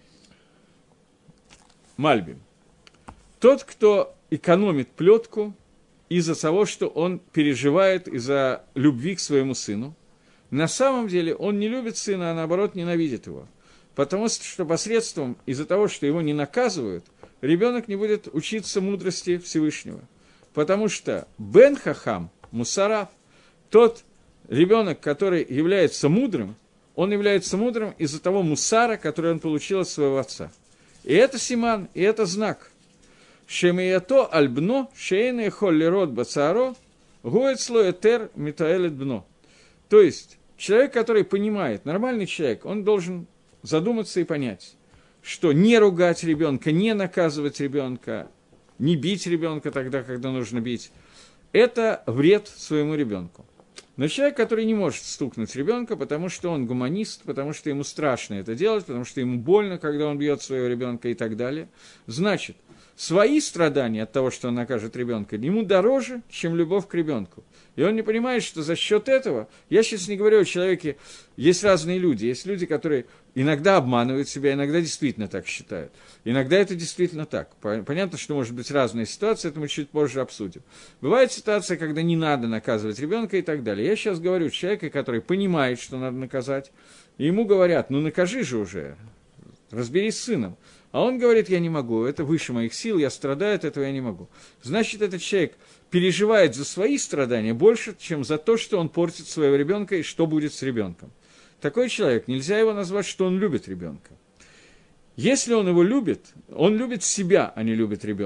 Мальбим. Тот, кто экономит плетку из-за того, что он переживает из-за любви к своему сыну, на самом деле он не любит сына, а наоборот ненавидит его. Потому что посредством, из-за того, что его не наказывают, ребенок не будет учиться мудрости Всевышнего. Потому что бен хахам, мусарав, тот ребенок, который является мудрым, он является мудрым из-за того мусара, который он получил от своего отца. И это симан, и это знак. Шемиято альбно, шейне холлерот бацаро, гуэцло этер митаэлет бно. То есть, человек, который понимает, нормальный человек, он должен задуматься и понять, что не ругать ребенка, не наказывать ребенка, не бить ребенка тогда, когда нужно бить, это вред своему ребенку. Но человек, который не может стукнуть ребенка, потому что он гуманист, потому что ему страшно это делать, потому что ему больно, когда он бьет своего ребенка и так далее, значит, свои страдания от того, что он накажет ребенка, ему дороже, чем любовь к ребенку. И он не понимает, что за счет этого, я сейчас не говорю о человеке, есть разные люди, есть люди, которые иногда обманывают себя, иногда действительно так считают. Иногда это действительно так. Понятно, что может быть разная ситуация, это мы чуть позже обсудим. Бывает ситуация, когда не надо наказывать ребенка и так далее. Я сейчас говорю человека, который понимает, что надо наказать, и ему говорят, ну накажи же уже, разберись с сыном. А он говорит, я не могу, это выше моих сил, я страдаю от этого, я не могу. Значит, этот человек переживает за свои страдания больше, чем за то, что он портит своего ребенка и что будет с ребенком. Такой человек, нельзя его назвать, что он любит ребенка. Если он его любит, он любит себя, а не любит ребенка.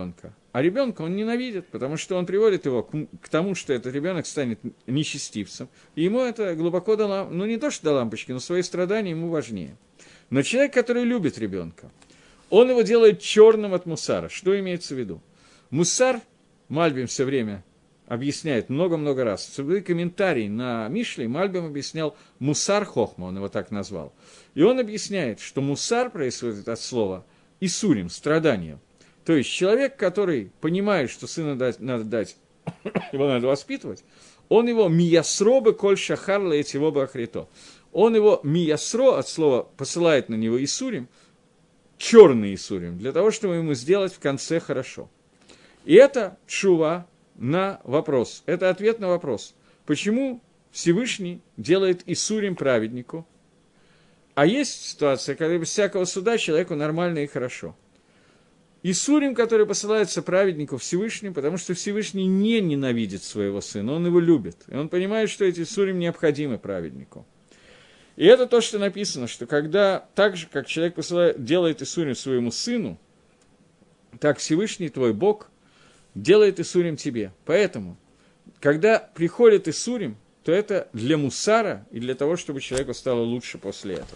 А ребенка он ненавидит, потому что он приводит его к, к тому, что этот ребенок станет нечестивцем. И ему это глубоко до лампочки, ну не то, что до лампочки, но свои страдания ему важнее. Но человек, который любит ребенка, он его делает черным от мусара. Что имеется в виду? Мусар, Мальбим все время объясняет много-много раз. В свои комментарии на Мишле Мальбим объяснял мусар хохма, он его так назвал. И он объясняет, что мусар происходит от слова исурим, страдания. То есть человек, который понимает, что сына дать, надо дать, его надо воспитывать, он его миясробы коль шахар лаэтиво бахрито. Он его миясро от слова посылает на него исурим, черный исурим, для того, чтобы ему сделать в конце хорошо. И это тшува на вопрос, это ответ на вопрос, почему Всевышний делает исурим праведнику, а есть ситуация, когда без всякого суда человеку нормально и хорошо. Исурим, который посылается праведнику Всевышнему, потому что Всевышний не ненавидит своего сына, он его любит. И он понимает, что эти исурим необходимы праведнику. И это то, что написано, что когда так же, как человек посылает, делает исурим своему сыну, так Всевышний твой Бог делает исурим тебе. Поэтому, когда приходит исурим, то это для мусара и для того, чтобы человеку стало лучше после этого.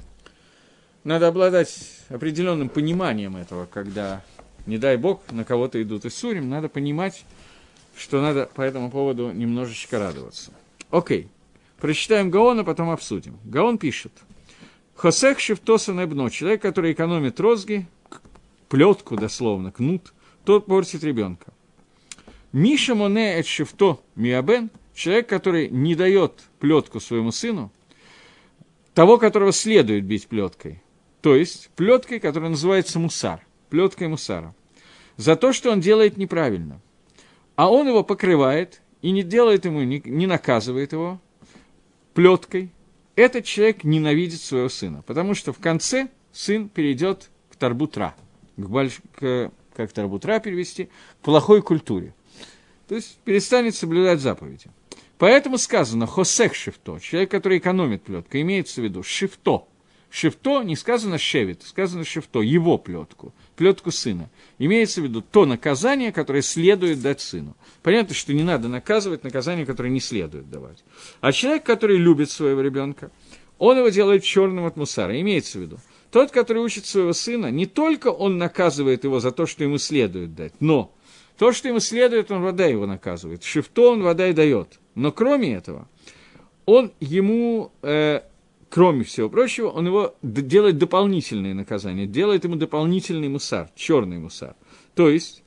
Надо обладать определенным пониманием этого, когда, не дай Бог, на кого-то идут исурим, надо понимать, что надо по этому поводу немножечко радоваться. Окей, прочитаем Гаона, потом обсудим. Гаон пишет: «Хосех шифтоса небно», человек, который экономит розги, плетку дословно, кнут, тот портит ребенка. «Миша моне эт шифто миабен», человек, который не дает плетку своему сыну, того, которого следует бить плеткой. То есть плеткой, которая называется мусар, плеткой мусара, за то, что он делает неправильно. А он его покрывает и не делает ему, не, не наказывает его плеткой. Этот человек ненавидит своего сына, потому что в конце сын перейдет к тарбутра, к, больш... к как тарбутра перевести, к плохой культуре. То есть перестанет соблюдать заповеди. Поэтому сказано «хосех шифто», человек, который экономит плетку, имеется в виду «шифто». Шифто не сказано «шевит», сказано «шифто», его плетку, плетку сына. Имеется в виду то наказание, которое следует дать сыну. Понятно, что не надо наказывать наказание, которое не следует давать. А человек, который любит своего ребенка, он его делает черным от мусара. Имеется в виду, тот, который учит своего сына, не только он наказывает его за то, что ему следует дать, но то, что ему следует, он вода его наказывает. Шифто он вода и дает. Но кроме этого, он ему, э, кроме всего прочего, он его делает дополнительные наказания, делает ему дополнительный мусар, черный мусар. То есть,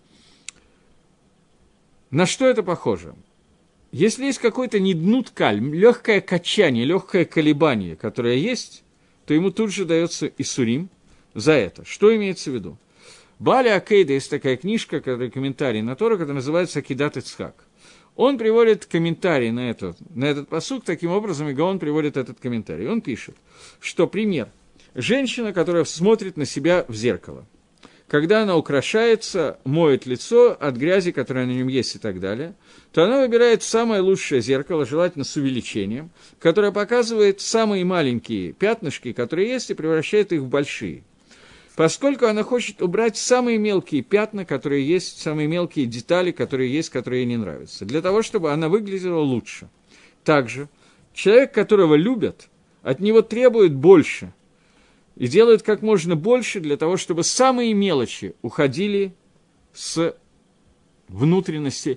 на что это похоже? Если есть какой-то неднут каль, легкое качание, легкое колебание, которое есть, то ему тут же дается исурим за это. Что имеется в виду? Бали Акейда есть такая книжка, которая комментарий на Тору, которая называется Акидат Ицхак. Он приводит комментарий на этот, на этот пасук, таким образом, и Гаон приводит этот комментарий. Он пишет, что пример. Женщина, которая смотрит на себя в зеркало. Когда она украшается, моет лицо от грязи, которая на нем есть и так далее, то она выбирает самое лучшее зеркало, желательно с увеличением, которое показывает самые маленькие пятнышки, которые есть, и превращает их в большие. Поскольку она хочет убрать самые мелкие пятна, которые есть, самые мелкие детали, которые есть, которые ей не нравятся, для того, чтобы она выглядела лучше. Также человек, которого любят, от него требует больше и делает как можно больше для того, чтобы самые мелочи уходили с внутренности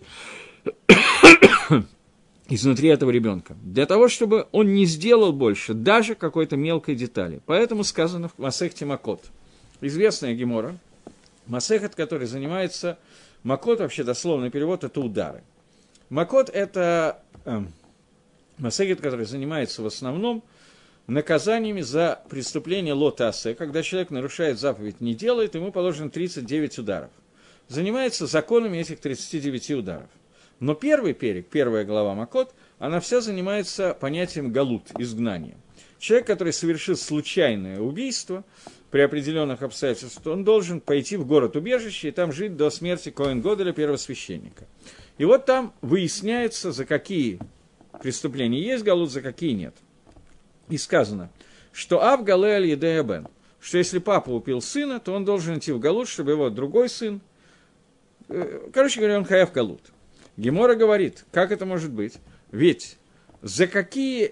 изнутри этого ребенка, для того, чтобы он не сделал больше даже какой-то мелкой детали. Поэтому сказано в Масехте Макот. Известная гемора, Масехет, который занимается, Макот, вообще дословный перевод, это удары. Макот – это э, Масехет, который занимается в основном наказаниями за преступление лотасе, когда человек нарушает заповедь, не делает, ему положено тридцать девять ударов. Занимается законами этих тридцати девяти ударов. Но первый перек, первая глава Макот, она вся занимается понятием галут, изгнанием. Человек, который совершил случайное убийство, при определенных обстоятельствах, он должен пойти в город-убежище и там жить до смерти Коэн Годеля, первосвященника. И вот там выясняется, за какие преступления есть галут, за какие нет. И сказано, что Ав Гале аль Едея бен, что если папа убил сына, то он должен идти в галут, чтобы его другой сын Короче говоря, он хаяв галут. Гемора говорит, как это может быть? Ведь за какие...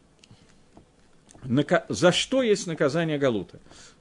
За что есть наказание галута?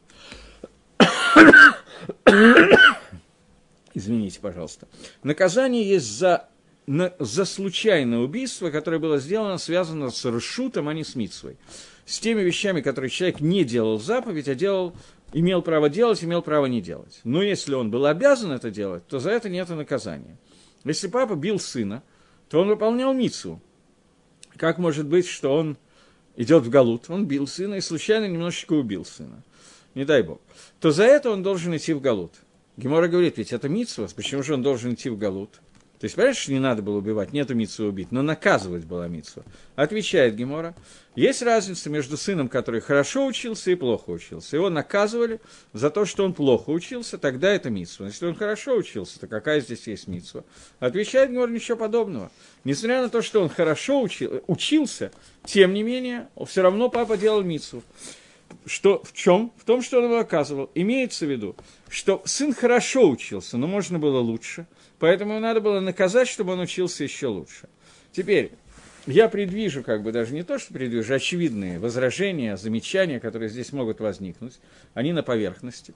Извините, пожалуйста. Наказание есть за, на, за случайное убийство, которое было сделано, связано с ршутом, а не с мицвой. С теми вещами, которые человек не делал заповедь, а делал, имел право делать, имел право не делать. Но если он был обязан это делать, то за это нет наказания. Если папа бил сына, то он выполнял мицву. Как может быть, что он идет в галут, он бил сына и случайно немножечко убил сына, не дай бог, то за это он должен идти в галут. Гемора говорит, ведь это мицва, почему же он должен идти в галут? То есть, понимаешь, что не надо было убивать, нету мицвы убить, но наказывать была мицва. Отвечает Гемора, есть разница между сыном, который хорошо учился и плохо учился. Его наказывали за то, что он плохо учился, тогда это мицва. Если он хорошо учился, то какая здесь есть мицва? Отвечает Гемора, ничего подобного. Несмотря на то, что он хорошо учил, учился, тем не менее, все равно папа делал мицву. Что, в чем? В том, что он его оказывал. Имеется в виду, что сын хорошо учился, но можно было лучше, поэтому ему надо было наказать, чтобы он учился еще лучше. Теперь, я предвижу, как бы даже не то, что предвижу, очевидные возражения, замечания, которые здесь могут возникнуть, они на поверхности,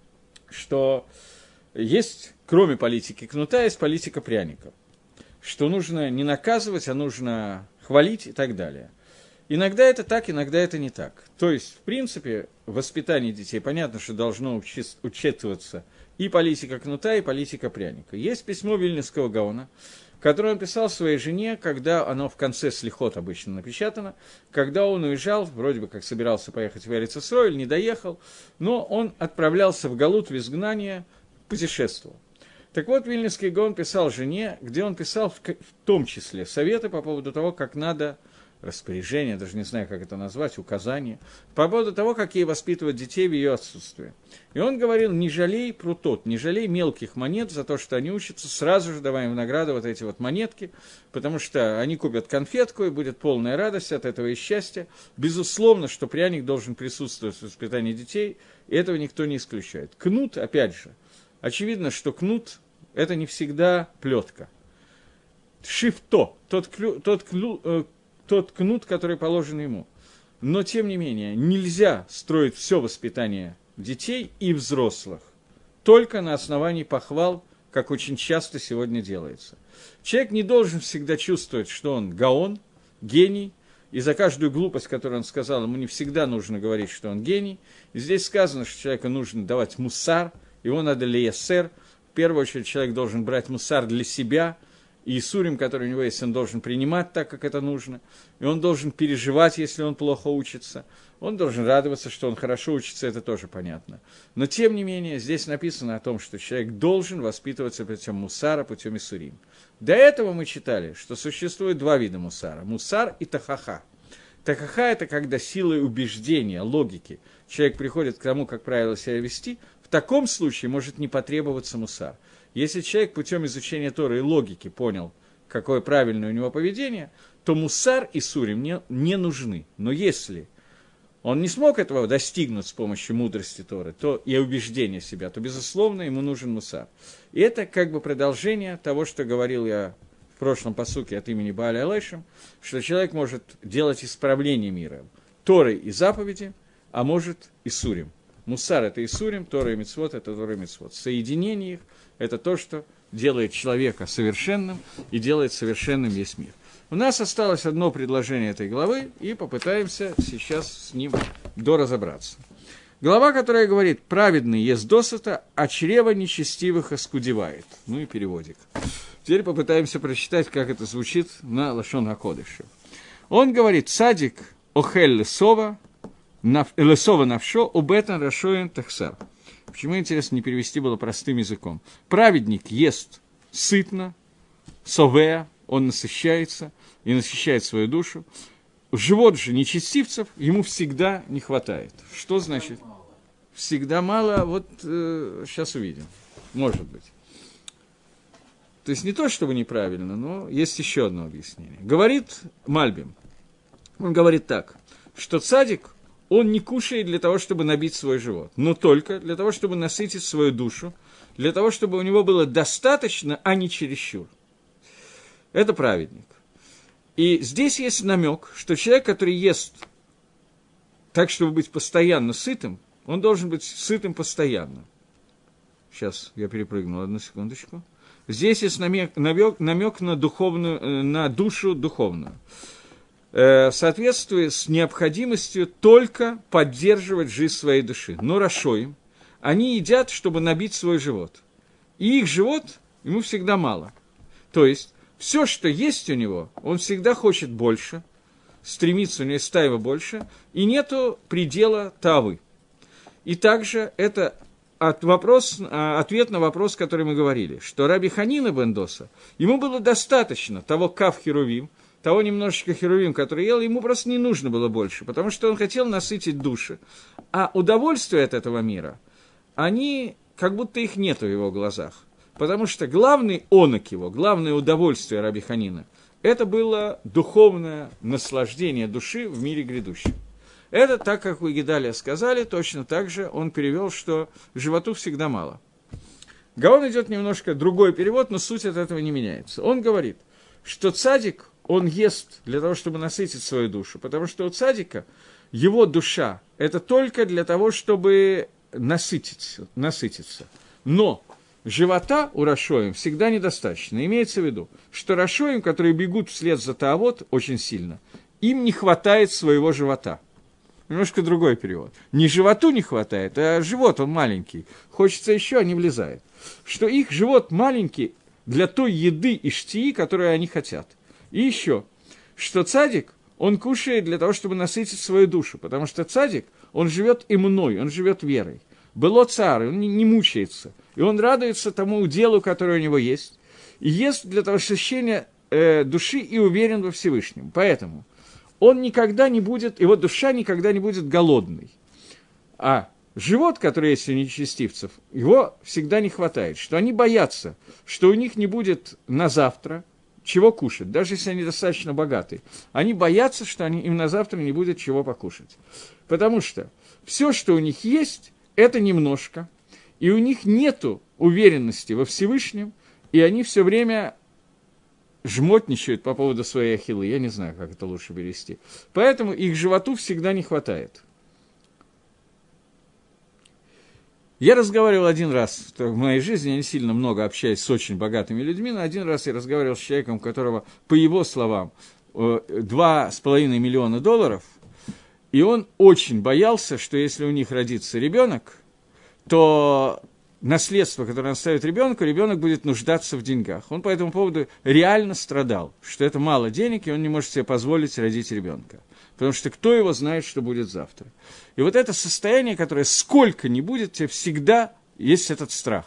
что есть, кроме политики кнута, есть политика пряников, что нужно не наказывать, а нужно хвалить и так далее. Иногда это так, иногда это не так. То есть, в принципе, в воспитании детей понятно, что должно учи- учитываться и политика кнута, и политика пряника. Есть письмо Вильнюсского Гаона, которое он писал своей жене, когда оно в конце слихот обычно напечатано, когда он уезжал, вроде бы как собирался поехать в Эрец Исроэль, не доехал, но он отправлялся в галут, в изгнание, путешествовал. Так вот, Вильнюсский Гаон писал жене, где он писал в, в том числе советы по поводу того, как надо... распоряжение, даже не знаю, как это назвать, указание, по поводу того, как ей воспитывать детей в ее отсутствие. И он говорил, не жалей прутот, не жалей мелких монет за то, что они учатся, сразу же давай им в награду вот эти вот монетки, потому что они купят конфетку, и будет полная радость от этого и счастья. Безусловно, что пряник должен присутствовать в воспитании детей, и этого никто не исключает. Кнут, опять же, очевидно, что кнут – это не всегда плетка. Шифто, тот, клю, тот клю, э, тот кнут, который положен ему. Но, тем не менее, нельзя строить все воспитание детей и взрослых только на основании похвал, как очень часто сегодня делается. Человек не должен всегда чувствовать, что он гаон, гений, и за каждую глупость, которую он сказал, ему не всегда нужно говорить, что он гений. И здесь сказано, что человеку нужно давать мусар, его надо леясер. В первую очередь человек должен брать мусар для себя, и исурим, который у него есть, он должен принимать так, как это нужно, и он должен переживать, если он плохо учится, он должен радоваться, что он хорошо учится, это тоже понятно. Но, тем не менее, здесь написано о том, что человек должен воспитываться путем мусара, путем исурим. До этого мы читали, что существует два вида мусара – мусар и тахаха. Тахаха – это когда силой убеждения, логики человек приходит к тому, как правило себя вести, в таком случае может не потребоваться мусар. Если человек путем изучения Торы и логики понял, какое правильное у него поведение, то мусар и сурим не, не нужны. Но если он не смог этого достигнуть с помощью мудрости Торы, то и убеждения себя, то, безусловно, ему нужен мусар. И это как бы продолжение того, что говорил я в прошлом пасуке от имени Бааля Алейшем, что человек может делать исправление мира Торой и заповеди, а может и сурим. Мусар – это Исурим, Тора и Мицвот – это Тора и Мицвот. Соединение их – это то, что делает человека совершенным и делает совершенным весь мир. У нас осталось одно предложение этой главы, и попытаемся сейчас с ним доразобраться. Глава, которая говорит «Праведный ест досыта, а чрево нечестивых оскудевает». Ну и переводик. Теперь попытаемся прочитать, как это звучит на лашон ха-кодеше. Он говорит «Цадик охель лесова, лесова навшо, убетан рашоин тахсар». Почему, интересно, не перевести было простым языком? Праведник ест сытно, совея, он насыщается и насыщает свою душу. Живот же нечестивцев ему всегда не хватает. Что значит? Всегда мало, вот э, сейчас увидим. Может быть. То есть не то, чтобы неправильно, но есть еще одно объяснение. Говорит Мальбим, он говорит так, что цадик, он не кушает для того, чтобы набить свой живот, но только для того, чтобы насытить свою душу, для того, чтобы у него было достаточно, а не чересчур. Это праведник. И здесь есть намек, что человек, который ест так, чтобы быть постоянно сытым, он должен быть сытым постоянно. Сейчас я перепрыгнул, одну секундочку. Здесь есть намек, намек, намек на, духовную, на душу духовную. Э, в соответствии с необходимостью только поддерживать жизнь своей души. Но рашоим, они едят, чтобы набить свой живот. И их живот ему всегда мало. То есть, все, что есть у него, он всегда хочет больше, стремится у него стаива больше, и нету предела тавы. И также это от вопрос, ответ на вопрос, который мы говорили, что Раби Ханина бен Доса, ему было достаточно того кав херувим, того немножечко херувим, который ел, ему просто не нужно было больше, потому что он хотел насытить души. А удовольствие от этого мира, они, как будто их нету в его глазах. Потому что главный онок его, главное удовольствие Раби Ханина, это было духовное наслаждение души в мире грядущем. Это, так как вы, Гедалия, сказали, точно так же он перевел, что животу всегда мало. Гаон идет немножко другой перевод, но суть от этого не меняется. Он говорит, что цадик, он ест для того, чтобы насытить свою душу, потому что у цадика его душа – это только для того, чтобы насытиться. насытиться. Но живота у рашоим всегда недостаточно. Имеется в виду, что рашоим, которые бегут вслед за таавот очень сильно, им не хватает своего живота. Немножко другой перевод. Не животу не хватает, а живот он маленький. Хочется еще, а не влезает. Что их живот маленький для той еды и штии, которую они хотят. И еще, что цадик, он кушает для того, чтобы насытить свою душу. Потому что цадик, он живет иммуной, он живет верой. Было царь, он не, не мучается. И он радуется тому делу, которое у него есть. И ест для того ощущения э, души и уверен во Всевышнем. Поэтому он никогда не будет, его душа никогда не будет голодной. А живот, который есть у нечестивцев, его всегда не хватает. Что они боятся, что у них не будет на завтра чего кушать, даже если они достаточно богаты. Они боятся, что они, им на завтра не будет чего покушать. Потому что все, что у них есть, это немножко, и у них нету уверенности во Всевышнем, и они все время жмотничают по поводу своей ахиллы. Я не знаю, как это лучше перевести. Поэтому их животу всегда не хватает. Я разговаривал один раз в моей жизни, я не сильно много общаюсь с очень богатыми людьми, но один раз я разговаривал с человеком, у которого, по его словам, два с половиной миллиона долларов, и он очень боялся, что если у них родится ребенок, то наследство, которое он оставит ребенку, ребенок будет нуждаться в деньгах. Он по этому поводу реально страдал, что это мало денег, и он не может себе позволить родить ребенка. Потому что кто его знает, что будет завтра. И вот это состояние, которое сколько ни будет, тебе всегда есть этот страх.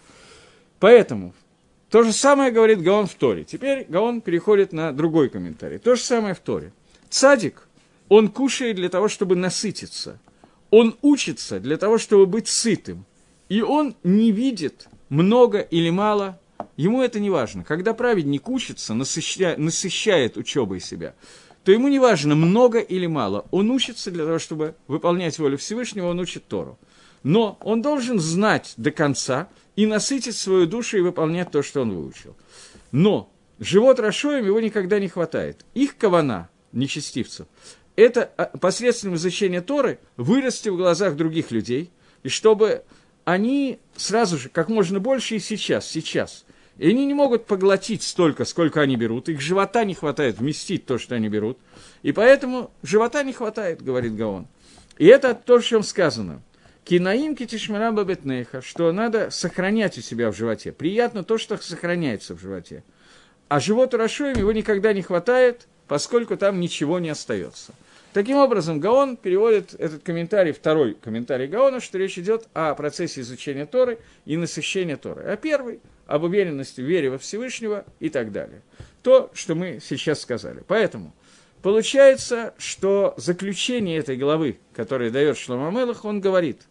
Поэтому то же самое говорит Гаон в Торе. Теперь Гаон переходит на другой комментарий. То же самое в Торе. Цадик, он кушает для того, чтобы насытиться. Он учится для того, чтобы быть сытым. И он не видит много или мало, ему это не важно. Когда праведник учится, насыщает, насыщает учебой себя, то ему не важно, много или мало. Он учится для того, чтобы выполнять волю Всевышнего, он учит Тору. Но он должен знать до конца и насытить свою душу и выполнять то, что он выучил. Но живот рашоим его никогда не хватает. Их кавана, нечестивцев, это посредством изучения Торы вырасти в глазах других людей, и чтобы они сразу же, как можно больше и сейчас, сейчас. И они не могут поглотить столько, сколько они берут. Их живота не хватает вместить то, что они берут. И поэтому живота не хватает, говорит Гаон. И это то, о чем сказано. Кинаим китишмара бабетнеха, что надо сохранять у себя в животе. Приятно то, что сохраняется в животе. А животу рашоим его никогда не хватает, поскольку там ничего не остается. Таким образом, Гаон переводит этот комментарий, второй комментарий Гаона, что речь идет о процессе изучения Торы и насыщения Торы. А первый – об уверенности в вере во Всевышнего и так далее. То, что мы сейчас сказали. Поэтому получается, что заключение этой главы, которое дает Шломо а-Мелех, он говорит,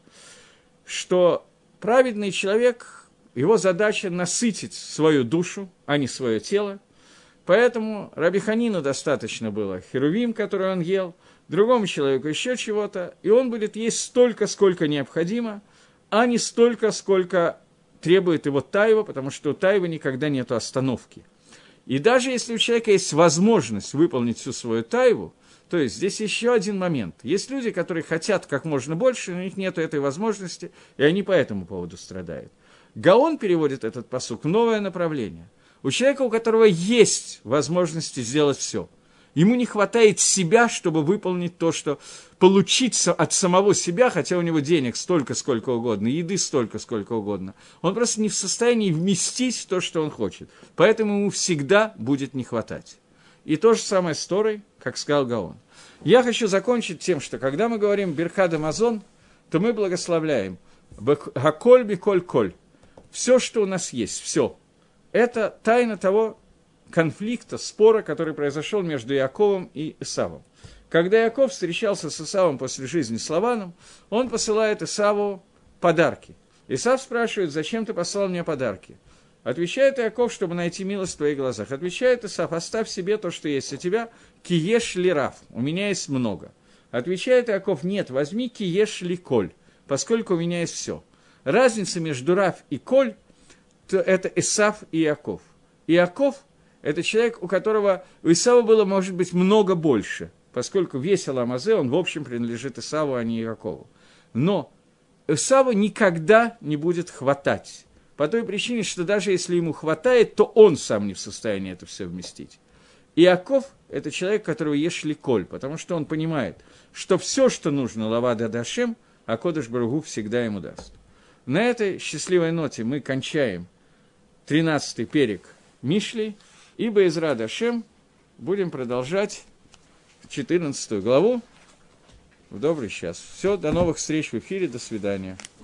что праведный человек, его задача насытить свою душу, а не свое тело. Поэтому Раби Ханину достаточно было херувим, который он ел, другому человеку еще чего-то, и он будет есть столько, сколько необходимо, а не столько, сколько требует его тайва, потому что у тайвы никогда нет остановки. И даже если у человека есть возможность выполнить всю свою тайву, то есть здесь еще один момент. Есть люди, которые хотят как можно больше, но у них нет этой возможности, и они по этому поводу страдают. Гаон переводит этот пасук в новое направление. У человека, у которого есть возможности сделать все, ему не хватает себя, чтобы выполнить то, что получить от самого себя, хотя у него денег столько, сколько угодно, еды столько, сколько угодно. Он просто не в состоянии вместить то, что он хочет. Поэтому ему всегда будет не хватать. И то же самое с Торой, как сказал Гаон. Я хочу закончить тем, что когда мы говорим «Берхад Амазон», то мы благословляем «Гаколь биколь коль». Все, что у нас есть, все. Это тайна того конфликта, спора, который произошел между Яковом и Исавом. Когда Яков встречался с Исавом после жизни с Лаваном, он посылает Исаву подарки. Исав спрашивает: «Зачем ты послал мне подарки?» Отвечает Яков: «Чтобы найти милость в твоих глазах». Отвечает Исав: «Оставь себе то, что есть у тебя, киеш ли рав, у меня есть много». Отвечает Яков: «Нет, возьми киеш ли коль, поскольку у меня есть все». Разница между рав и коль – это Исав и Яков. Иаков – это человек, у которого у Исава было, может быть, много больше, поскольку весь Аламазе, он в общем принадлежит Исаву, а не Якову. Но Исаву никогда не будет хватать, по той причине, что даже если ему хватает, то он сам не в состоянии это все вместить. Иаков – это человек, которого ешли коль, потому что он понимает, что все, что нужно Лавада Дашем, Акодыш Барух Ху всегда ему даст. На этой счастливой ноте мы кончаем тринадцатый перек Мишли, и Бе'эзрат Ашем будем продолжать четырнадцатую главу в добрый час. Все, до новых встреч в эфире, до свидания.